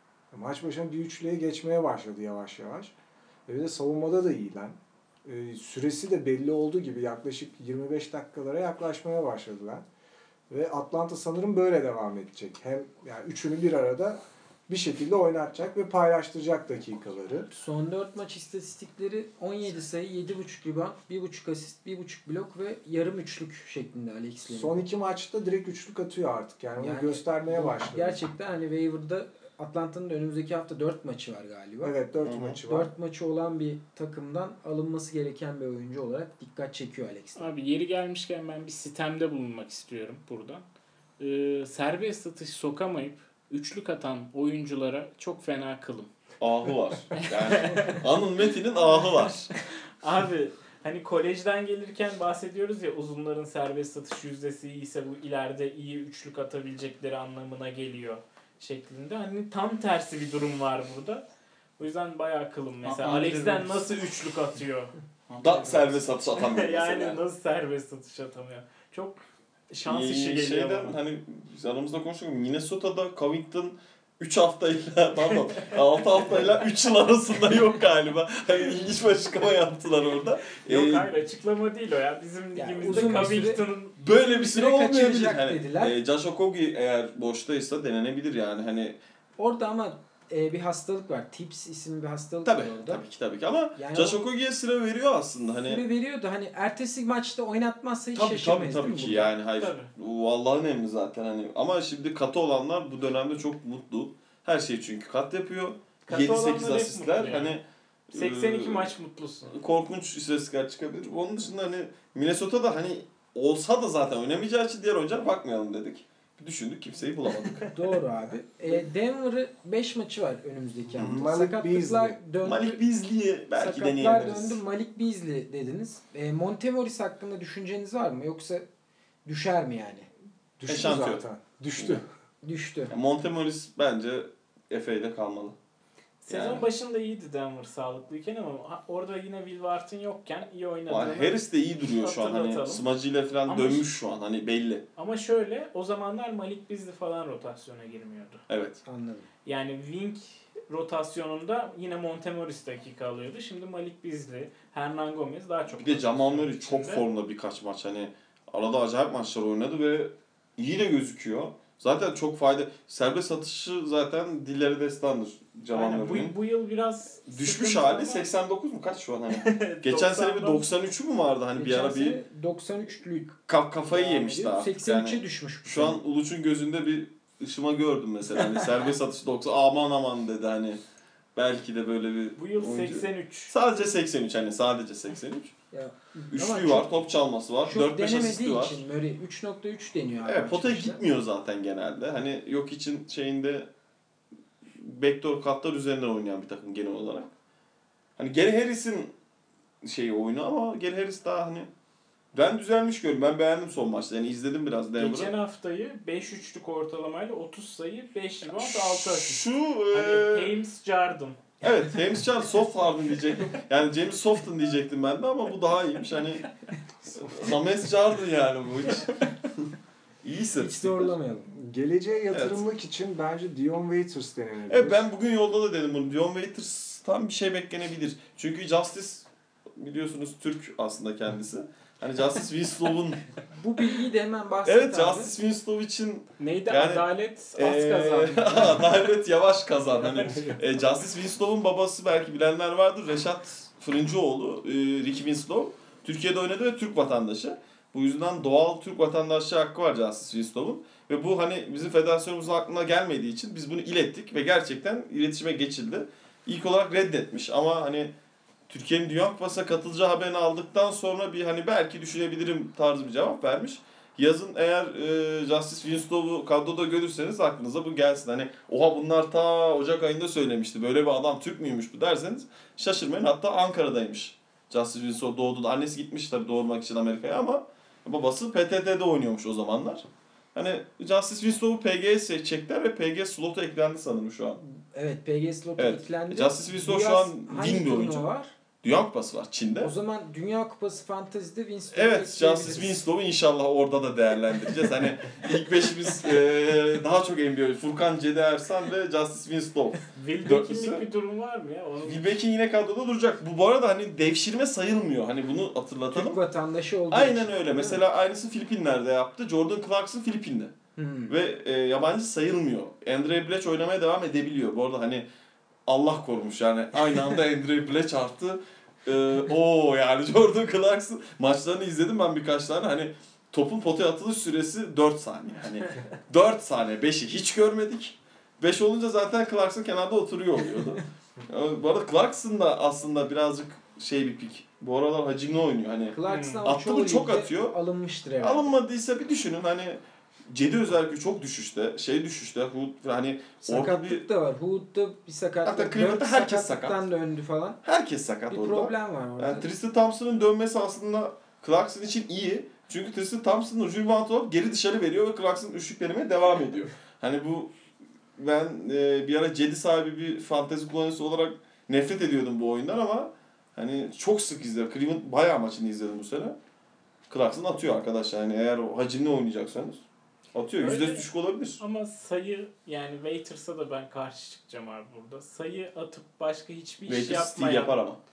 Maç başına bir üçlüye geçmeye başladı yavaş yavaş. Ve de savunmada da iyi Len. E, süresi de belli olduğu gibi yaklaşık yirmi beş dakikalara yaklaşmaya başladı Len. Ve Atlanta sanırım böyle devam edecek. Hem yani üçünü bir arada bir şekilde oynatacak ve paylaştıracak dakikaları. Son dört maç istatistikleri on yedi sayı, yedi buçuk rebound, bir buçuk asist, bir buçuk blok ve yarım üçlük şeklinde Alex Len'in. Son iki maçta direkt üçlük atıyor artık. Yani, onu Yani göstermeye bu başladı. Gerçekten hani waiver'da Atlanta'nın da önümüzdeki hafta dört maçı var galiba. Evet, dört Hı hı. maçı var. dört maçı olan bir takımdan alınması gereken bir oyuncu olarak dikkat çekiyor Alex Len. Abi yeri gelmişken ben bir sitemde bulunmak istiyorum burada. Ee, serbest atış sokamayıp üçlük atan oyunculara çok fena kılım. Ahı var. Yani Anıl Metin'in ahı var. Abi hani kolejden gelirken bahsediyoruz ya, uzunların serbest atış yüzdesi iyiyse bu ileride iyi üçlük atabilecekleri anlamına geliyor şeklinde. Hani tam tersi bir durum var burada. O yüzden bayağı kılım mesela. Aa, Alex'ten Andrew nasıl üçlük atıyor? Da serbest atış atamıyor mesela. Yani nasıl serbest atış atamıyor? Çok şans Ee, işi geliyor şeyden, bana. hani biz aramızda konuştuk. Minnesota'da Covington üç haftayla pardon altı haftayla üç yıl arasında yok galiba. Hani ilginç bir açıklama yaptılar orada. Yok Ee, hayır, açıklama değil o ya. Bizim Yani ligimizde uzun bir süre- Covington'ın Böyle bir süre Süre olmayabilir. kaçıracak Hani, dediler. e, Josh Okogie eğer boştaysa denenebilir yani. Hani Orada ama e, bir hastalık var. Tips isimli bir hastalık tabii var orada. tabii ki tabii ki ama Yani Josh o- Okogie'ye süre veriyor aslında. Hani Süre veriyordu. Hani ertesi maçta oynatmazsa hiç tabii tabii şaşırmayız tabii değil mi ki burada? yani hayır. Tabii. Bu Allah'ın emri zaten hani. Ama şimdi katı olanlar bu dönemde çok mutlu. Her şey çünkü kat yapıyor. Katı yedi sekiz olanlar hep asistler mutlu yani. hani seksen iki e, maç mutlusun. korkunç istatistikler çıkabilir. Onun dışında hani Minnesota'da hani olsa da zaten oynamayacağı için diğer oyunculara bakmayalım dedik. Bir düşündük, kimseyi bulamadık. Doğru abi. E, Denver'ı beş maçı var önümüzdeki hafta. Malik Sakatlıklar Beasley. döndü. Malik Beasley'i belki Sakatlar deneyebiliriz. döndü. Malik Beasley dediniz. E, Montemoris hakkında düşünceniz var mı? Yoksa düşer mi yani? Düştü Eşantiyon. zaten. Düştü. Düştü. Montemoris bence F A'de kalmalı. Sezon Yani. başında iyiydi Denver sağlıklıyken ama ha- orada yine Will Barton yokken iyi Ama oynadığını. Harris de iyi duruyor şu an. Hani Hatırlatalım. smacıyla falan Ama dönmüş şu an. Hani belli. Ama şöyle, o zamanlar Malik Beasley falan rotasyona girmiyordu. Evet. Anladım. Yani wing rotasyonunda yine Montemoris dakika alıyordu. Şimdi Malik Beasley, Hernan Gomez daha çok. Bir de Jamal Murray çok içinde. formda birkaç maç. Hani arada acayip maçlar oynadı ve iyi de gözüküyor. Zaten çok fayda. Serbest atışı zaten dilleri destandır Jamal Aynen, Murray'in. bu, bu yıl biraz Düşmüş sıkıntı hali ama- seksen dokuz mu kaç şu an hani? Geçen sene bir doksandan doksan üçü mü vardı hani bir Geçen ara bir sene doksan üçlük ka- kafayı yemişti artık. seksen üçe Yani düşmüş. bu şu sene. an Uluç'un gözünde bir ışıma gördüm mesela. Hani serbest atış doksan aman aman dedi hani. Belki de böyle bir Bu yıl oyuncu. seksen üç. Sadece seksen üç hani sadece seksen üç. Ya, ama Üçlüğü çok- var, top çalması var, Çok dört beş asisti denemediği var. için Murray üç nokta üç deniyor abi. Evet, potaya maçta. gitmiyor zaten genelde. Hani yok için şeyinde backdoor katlar üzerinden oynayan bir takım genel olarak. Hani Gary Harris'in şeyi oyunu ama Gary Harris daha hani ben düzelmiş gördüm. Ben beğendim son maçta. Yani izledim biraz Geçen Denver'ı. haftayı beş üçlük ortalamayla otuz sayı, beş rebound, altı asist. Şu Hani eee James Harden. evet, James Charles Soft Harden diyecektim. Yani James Softon diyecektim ben de ama bu daha iyiymiş. Hani James Harden yani bu hiç. İyi Hiç istatistik. zorlamayalım. Geleceğe yatırımlık için bence Dion Waiters denenebilir. Evet, ben bugün yolda da dedim bunu. Dion Waiters tam bir şey beklenebilir. Çünkü Justice biliyorsunuz Türk aslında kendisi. Hani Justice Winslow'un Bu bilgiyi de hemen bahset evet abi. Justice Winslow için Neydi? Yani, Adalet az eee, kazandı. Adalet yavaş kazan. Hani e, Justice Winslow'un babası belki bilenler vardır. Reşat Fırıncıoğlu, e, Ricky Winslow. Türkiye'de oynadı ve Türk vatandaşı. Bu yüzden doğal Türk vatandaşlığı hakkı var Justice Winslow'un. Ve bu hani bizim federasyonumuzun aklına gelmediği için biz bunu ilettik ve gerçekten iletişime geçildi. İlk olarak reddetmiş ama hani Türkiye'nin Dünya Kupası'na katılacağı haberini aldıktan sonra bir hani belki düşünebilirim tarzı bir cevap vermiş. Yazın eğer e, Justice Winslow'u kadroda görürseniz aklınıza bu gelsin. Hani oha bunlar ta Ocak ayında söylemişti. Böyle bir adam Türk müymüş bu derseniz şaşırmayın. Hatta Ankara'daymış. Justice Winslow doğduğunda. Annesi gitmiş tabii doğurmak için Amerika'ya ama babası P T T'de oynuyormuş o zamanlar. Hani Justice Winslow'u P G'ye seçecekler ve P G slot'a eklendi sanırım şu an. Evet, P G Slot'a Evet. eklendi. Justice Winslow Bu şu yaz an hangi win bir turnuva oyuncu. var? Dünya Kupası var Çin'de. O zaman Dünya Kupası Fantasy'de Winston'u Evet, ekleyebiliriz. Justice Winslow'u inşallah orada da değerlendireceğiz. Hani ilk beşimiz e, daha çok N B A. Furkan, Cedi Ersan ve Justice Winslow. Will Dörtlüsü. Beck'inlik bir durum var mı ya? Onun... Will Beck'in yine kadroda duracak. Bu bu arada hani devşirme sayılmıyor. Hani bunu hatırlatalım. Türk vatandaşı olduğu Aynen için. öyle. Mesela aynısı Filipinler'de yaptı. Jordan Clarkson Filipinli. Hmm. Ve e, yabancı sayılmıyor. Andre Bledsoe oynamaya devam edebiliyor. Bu arada hani Allah korumuş yani. Aynı anda Andre Bledsoe arttı. Ee, o yani Jordan Clarkson maçlarını izledim ben birkaç tane. Hani topun potaya atılış süresi dört saniye. Hani dört saniye. beşi hiç görmedik. beş olunca zaten Clarkson kenarda oturuyor oluyordu. Ee, Bu arada Clarkson da aslında birazcık şey bir pik. Bu aralar hacimli oynuyor. Hani Clarkson Hmm. ama Attı çoğu mı çok ligde atıyor. alınmıştır herhalde. alınmadıysa bir düşünün hani Cedi özellikle çok düşüşte, şey düşüşte, Hood hani orada Sakatlık bir da var. Hood'da bir sakatlık. Hatta Cleveland'da Dört herkes sakatlıktan sakat. döndü falan. herkes sakat Bir orada. problem var orada. Yani Tristan Thompson'ın dönmesi aslında Clarkson için iyi. Çünkü Tristan Thompson'ın rebound alıp geri dışarı veriyor ve Clarkson üçlük denemeye devam ediyor. Hani bu ben e, bir ara Cedi sahibi bir fantezi kullanıcısı olarak nefret ediyordum bu oyundan ama hani çok sık izledim. Cleveland bayağı maçını izledim bu sene. Clarkson atıyor arkadaşlar. Yani eğer o hacimli oynayacaksanız atıyor. Öyle. Yüzdesi düşük olabilir. Ama sayı yani Waiters'a da ben karşı çıkacağım abi burada. Sayı atıp başka hiçbir iş Waiters stil yapmayan. yapar ama.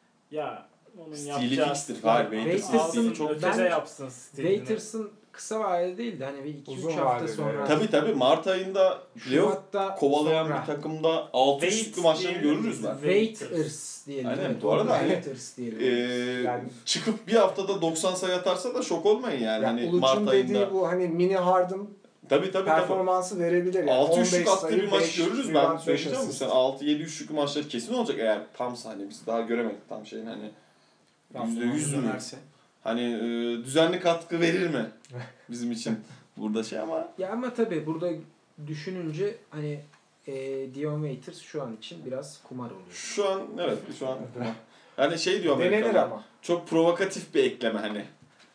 Ya onun Stili yapacağı fixtir. stil- Hayır, Waiters'ın Alsın, stili çok- ötede Ben- yapsın stilini. Waiters'ın kısa vadede değil de hani bir iki üç Uzun hafta vadede, sonra. evet. Tabii tabii Mart ayında playoff Şubat'ta kovalayan sonra. bir takımda altı Wait üçlüklü maçlarını diyelim görürüz mi? ben. Waiters diyelim. Aynen, Evet, bu arada orada hani- Waiters diyelim. Ee, Yani- çıkıp bir haftada doksan sayı atarsa da şok olmayın yani. Yani hani Uluç'un Mart dediği ayında. bu hani mini Harden Tabii tabii tabii. performansı verebilir. Yani altı on beş üçlük attığı sayı, bir maç beş görürüz rebound, ben beş söyleyeceğim bu asist. sene. altı yedi üçlüklü maçları kesin olacak eğer tam sahne biz daha göremedik tam şeyin hani yüzde yüz mü? dönerse. Hani e, düzenli katkı verir mi bizim için burada şey ama Ya ama tabii burada düşününce hani e, Dion Waiters şu an için biraz kumar oluyor. şu an evet şu an hani şey diyor Denenir Amerikalılar, ama. çok provokatif bir ekleme hani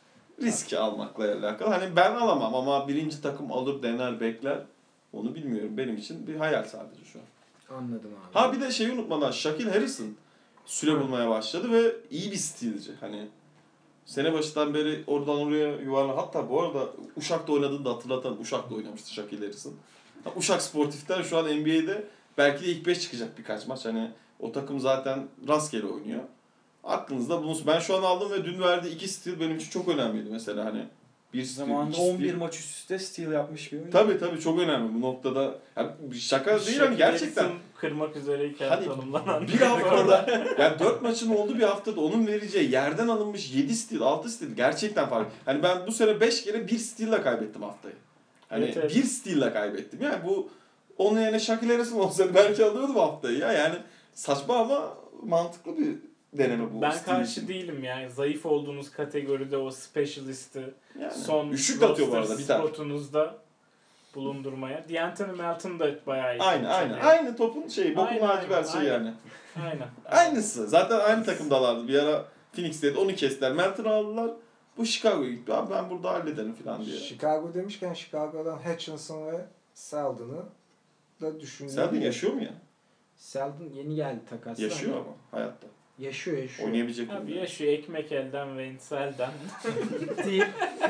riski almakla alakalı. Hani ben alamam ama birinci takım alır dener bekler onu bilmiyorum. Benim için bir hayal sadece şu an. Anladım abi. Ha bir de şeyi unutmadan Shaquille Harrison süre Hı. bulmaya başladı ve iyi bir stilci. Hani sene başından beri oradan oraya yuvarla. Hatta bu arada Uşak'ta oynadığını da hatırlatan Uşak'ta oynamıştı Shaquille Harrison. Ha, Uşak Sportif'ten şu an N B A'de Belki de ilk beş çıkacak birkaç maç. Hani o takım zaten rastgele oynuyor. Aklınızda bulunsun. Ben şu an aldım ve dün verdiği iki steal benim için çok önemliydi mesela hani. Bir steal, Zamanında iki on bir steal. maç üst üste steal yapmış bir oyuncu. Tabii tabii çok önemli bu noktada. Yani şaka değil hani gerçekten. Jackson kırmak üzereyken Hani tanımlanan. bir haftada yani dört maçın olduğu bir haftada onun vereceği yerden alınmış yedi steal, altı steal gerçekten farklı. Hani ben bu sene beş kere bir steal'la kaybettim haftayı. Hani Evet, evet. bir steal'la kaybettim. Yani bu onun yerine Shaquille Harrison olsaydı belki alıyordum haftayı ya. Yani saçma ama mantıklı bir deneme bu. Ben steal karşı için. değilim yani. Zayıf olduğunuz kategoride o specialist'i Yani. son Üçlük de atıyor bu roster arada bir tane. spotunuzda bulundurmaya. D'Anthony Melton da bayağı iyi. Aynı top aynı. çalıyor. Aynı topun şeyi, bokun Aynen, lacivert şey aynen. yani. Aynen. Aynısı. Zaten aynı takımdalardı. Bir ara Phoenix'teydi. Onu kestiler. Melton'u aldılar. Bu Chicago'ya gitti. Abi ben burada hallederim falan diye. Chicago demişken Chicago'dan Hutchinson ve Seldon'ı da düşündüm. Seldon yaşıyor mu ya? Seldon yeni geldi takasla. Yaşıyor ama hayatta. Yaşıyor yaşıyor. Oynayabilecek Abi mi? ya şu ekmek elden ve inselden. Deyip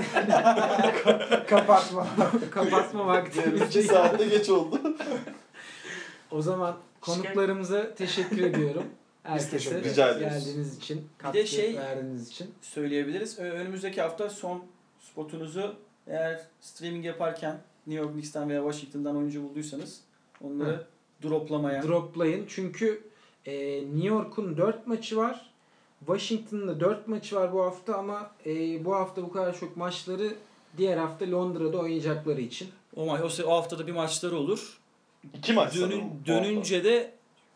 Kapatma. kapatma iki vaktimizde. saatte geç oldu. O zaman konuklarımıza teşekkür ediyorum. Herkese teşekkür ederiz. Rica ediyoruz. geldiğiniz için, Bir katkı de şey- verdiğiniz için. Söyleyebiliriz. Ö- Önümüzdeki hafta son spotunuzu eğer streaming yaparken New York Knicks'ten veya Washington'dan oyuncu bulduysanız onları Hı. droplamaya. Droplayın. Çünkü e, New York'un dört maçı var. Washington'ın da dört maçı var bu hafta ama e, bu hafta bu kadar çok maçları diğer hafta Londra'da oynayacakları için. O, ma- o, se- o haftada bir maçları olur. İki maç Dönün, sanırım bu dönünce de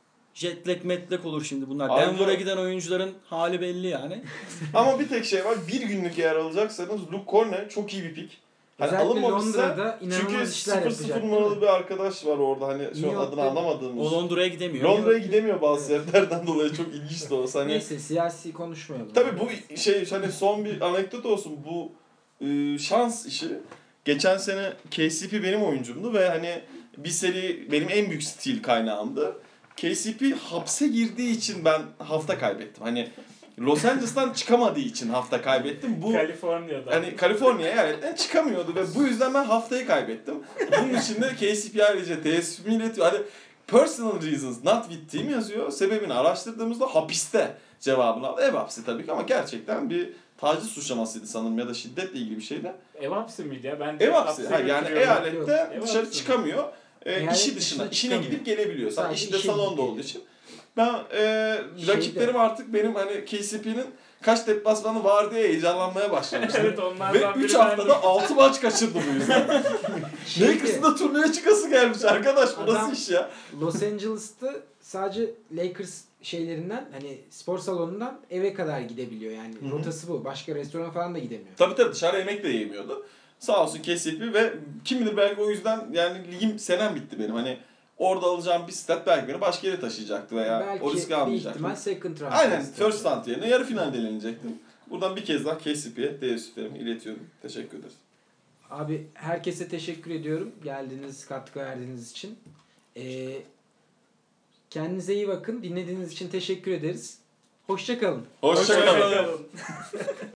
jetlag metlek olur şimdi bunlar. Ayrıca- Denver'a giden oyuncuların hali belli yani. hafta. Ama bir tek şey var. Bir günlük eğer alacaksanız Luke Cornet çok iyi bir pick. Hani Özellikle alınmamışsa Londra'da çünkü inanılmaz işler sıfır yapacak. sıfır değil mi? numaralı bir arkadaş var orada hani şu New an adını York'ta- anlamadığımız. O Londra'ya gidemiyor. Londra'ya gidemiyor bazı sebeplerden dolayı çok ilginç de olsa. Hani Neyse siyasi konuşmayalım. tabii bu şey hani son bir anekdot olsun bu e, şans işi. Geçen sene K C P benim oyuncumdu ve hani bir seri benim en büyük stil kaynağımdı. K C P hapse girdiği için ben hafta kaybettim. Hani Los Angeles'tan çıkamadığı için hafta kaybettim. Bu Kaliforniya'da. hani Kaliforniya eyaletten çıkamıyordu ve bu yüzden ben haftayı kaybettim. Bunun için de K C P ayrıca teessüfümü iletiyor. Hani personal reasons not with team yazıyor. Sebebini araştırdığımızda hapiste cevabını aldı. Ev hapsi tabii ki ama gerçekten bir taciz suçlamasıydı sanırım ya da şiddetle ilgili bir şeydi. Ev hapsi miydi ya? Ben Ev hapsi. Ha, yani götürüyorum. eyalette Ev dışarı hapsi. çıkamıyor. Ee, Eyalet işi dışına dışına, işine çıkamıyor. gidip gelebiliyor. Sadece Sadece işi de işe salonda gidip olduğu için. Ben e, Şeyde- rakiplerim artık benim hani K C P'nin kaç deplasmanı var diye heyecanlanmaya başlamıştım. Evet Ve onlardan üç biri haftada altı maç kaçırdı bu yüzden. Şeyde, Lakers'ın da turnuvaya çıkası gelmiş arkadaş. Bu Adam- nasıl iş ya? Los Angeles'ta sadece Lakers şeylerinden hani spor salonundan eve kadar gidebiliyor yani. Hı hı. Rotası bu. Başka restoran falan da gidemiyor. Tabii tabii dışarı yemek de yemiyordu. Sağ olsun K C P ve kim bilir belki o yüzden yani ligim senem bitti benim. Hani orada alacağım bir stat belki beni başka yere taşıyacaktı veya Belki o riski bir almayacaktım. ihtimal second round. Aynen first round yerine yarı finalde elenecektim. Buradan bir kez daha K C P'ye teessüflerimi iletiyorum. Teşekkür ederiz. Abi herkese teşekkür ediyorum geldiğiniz, katkı verdiğiniz için. Ee, kendinize iyi bakın. Dinlediğiniz için teşekkür ederiz. Hoşça kalın. Hoşçakalın. Hoşçakalın.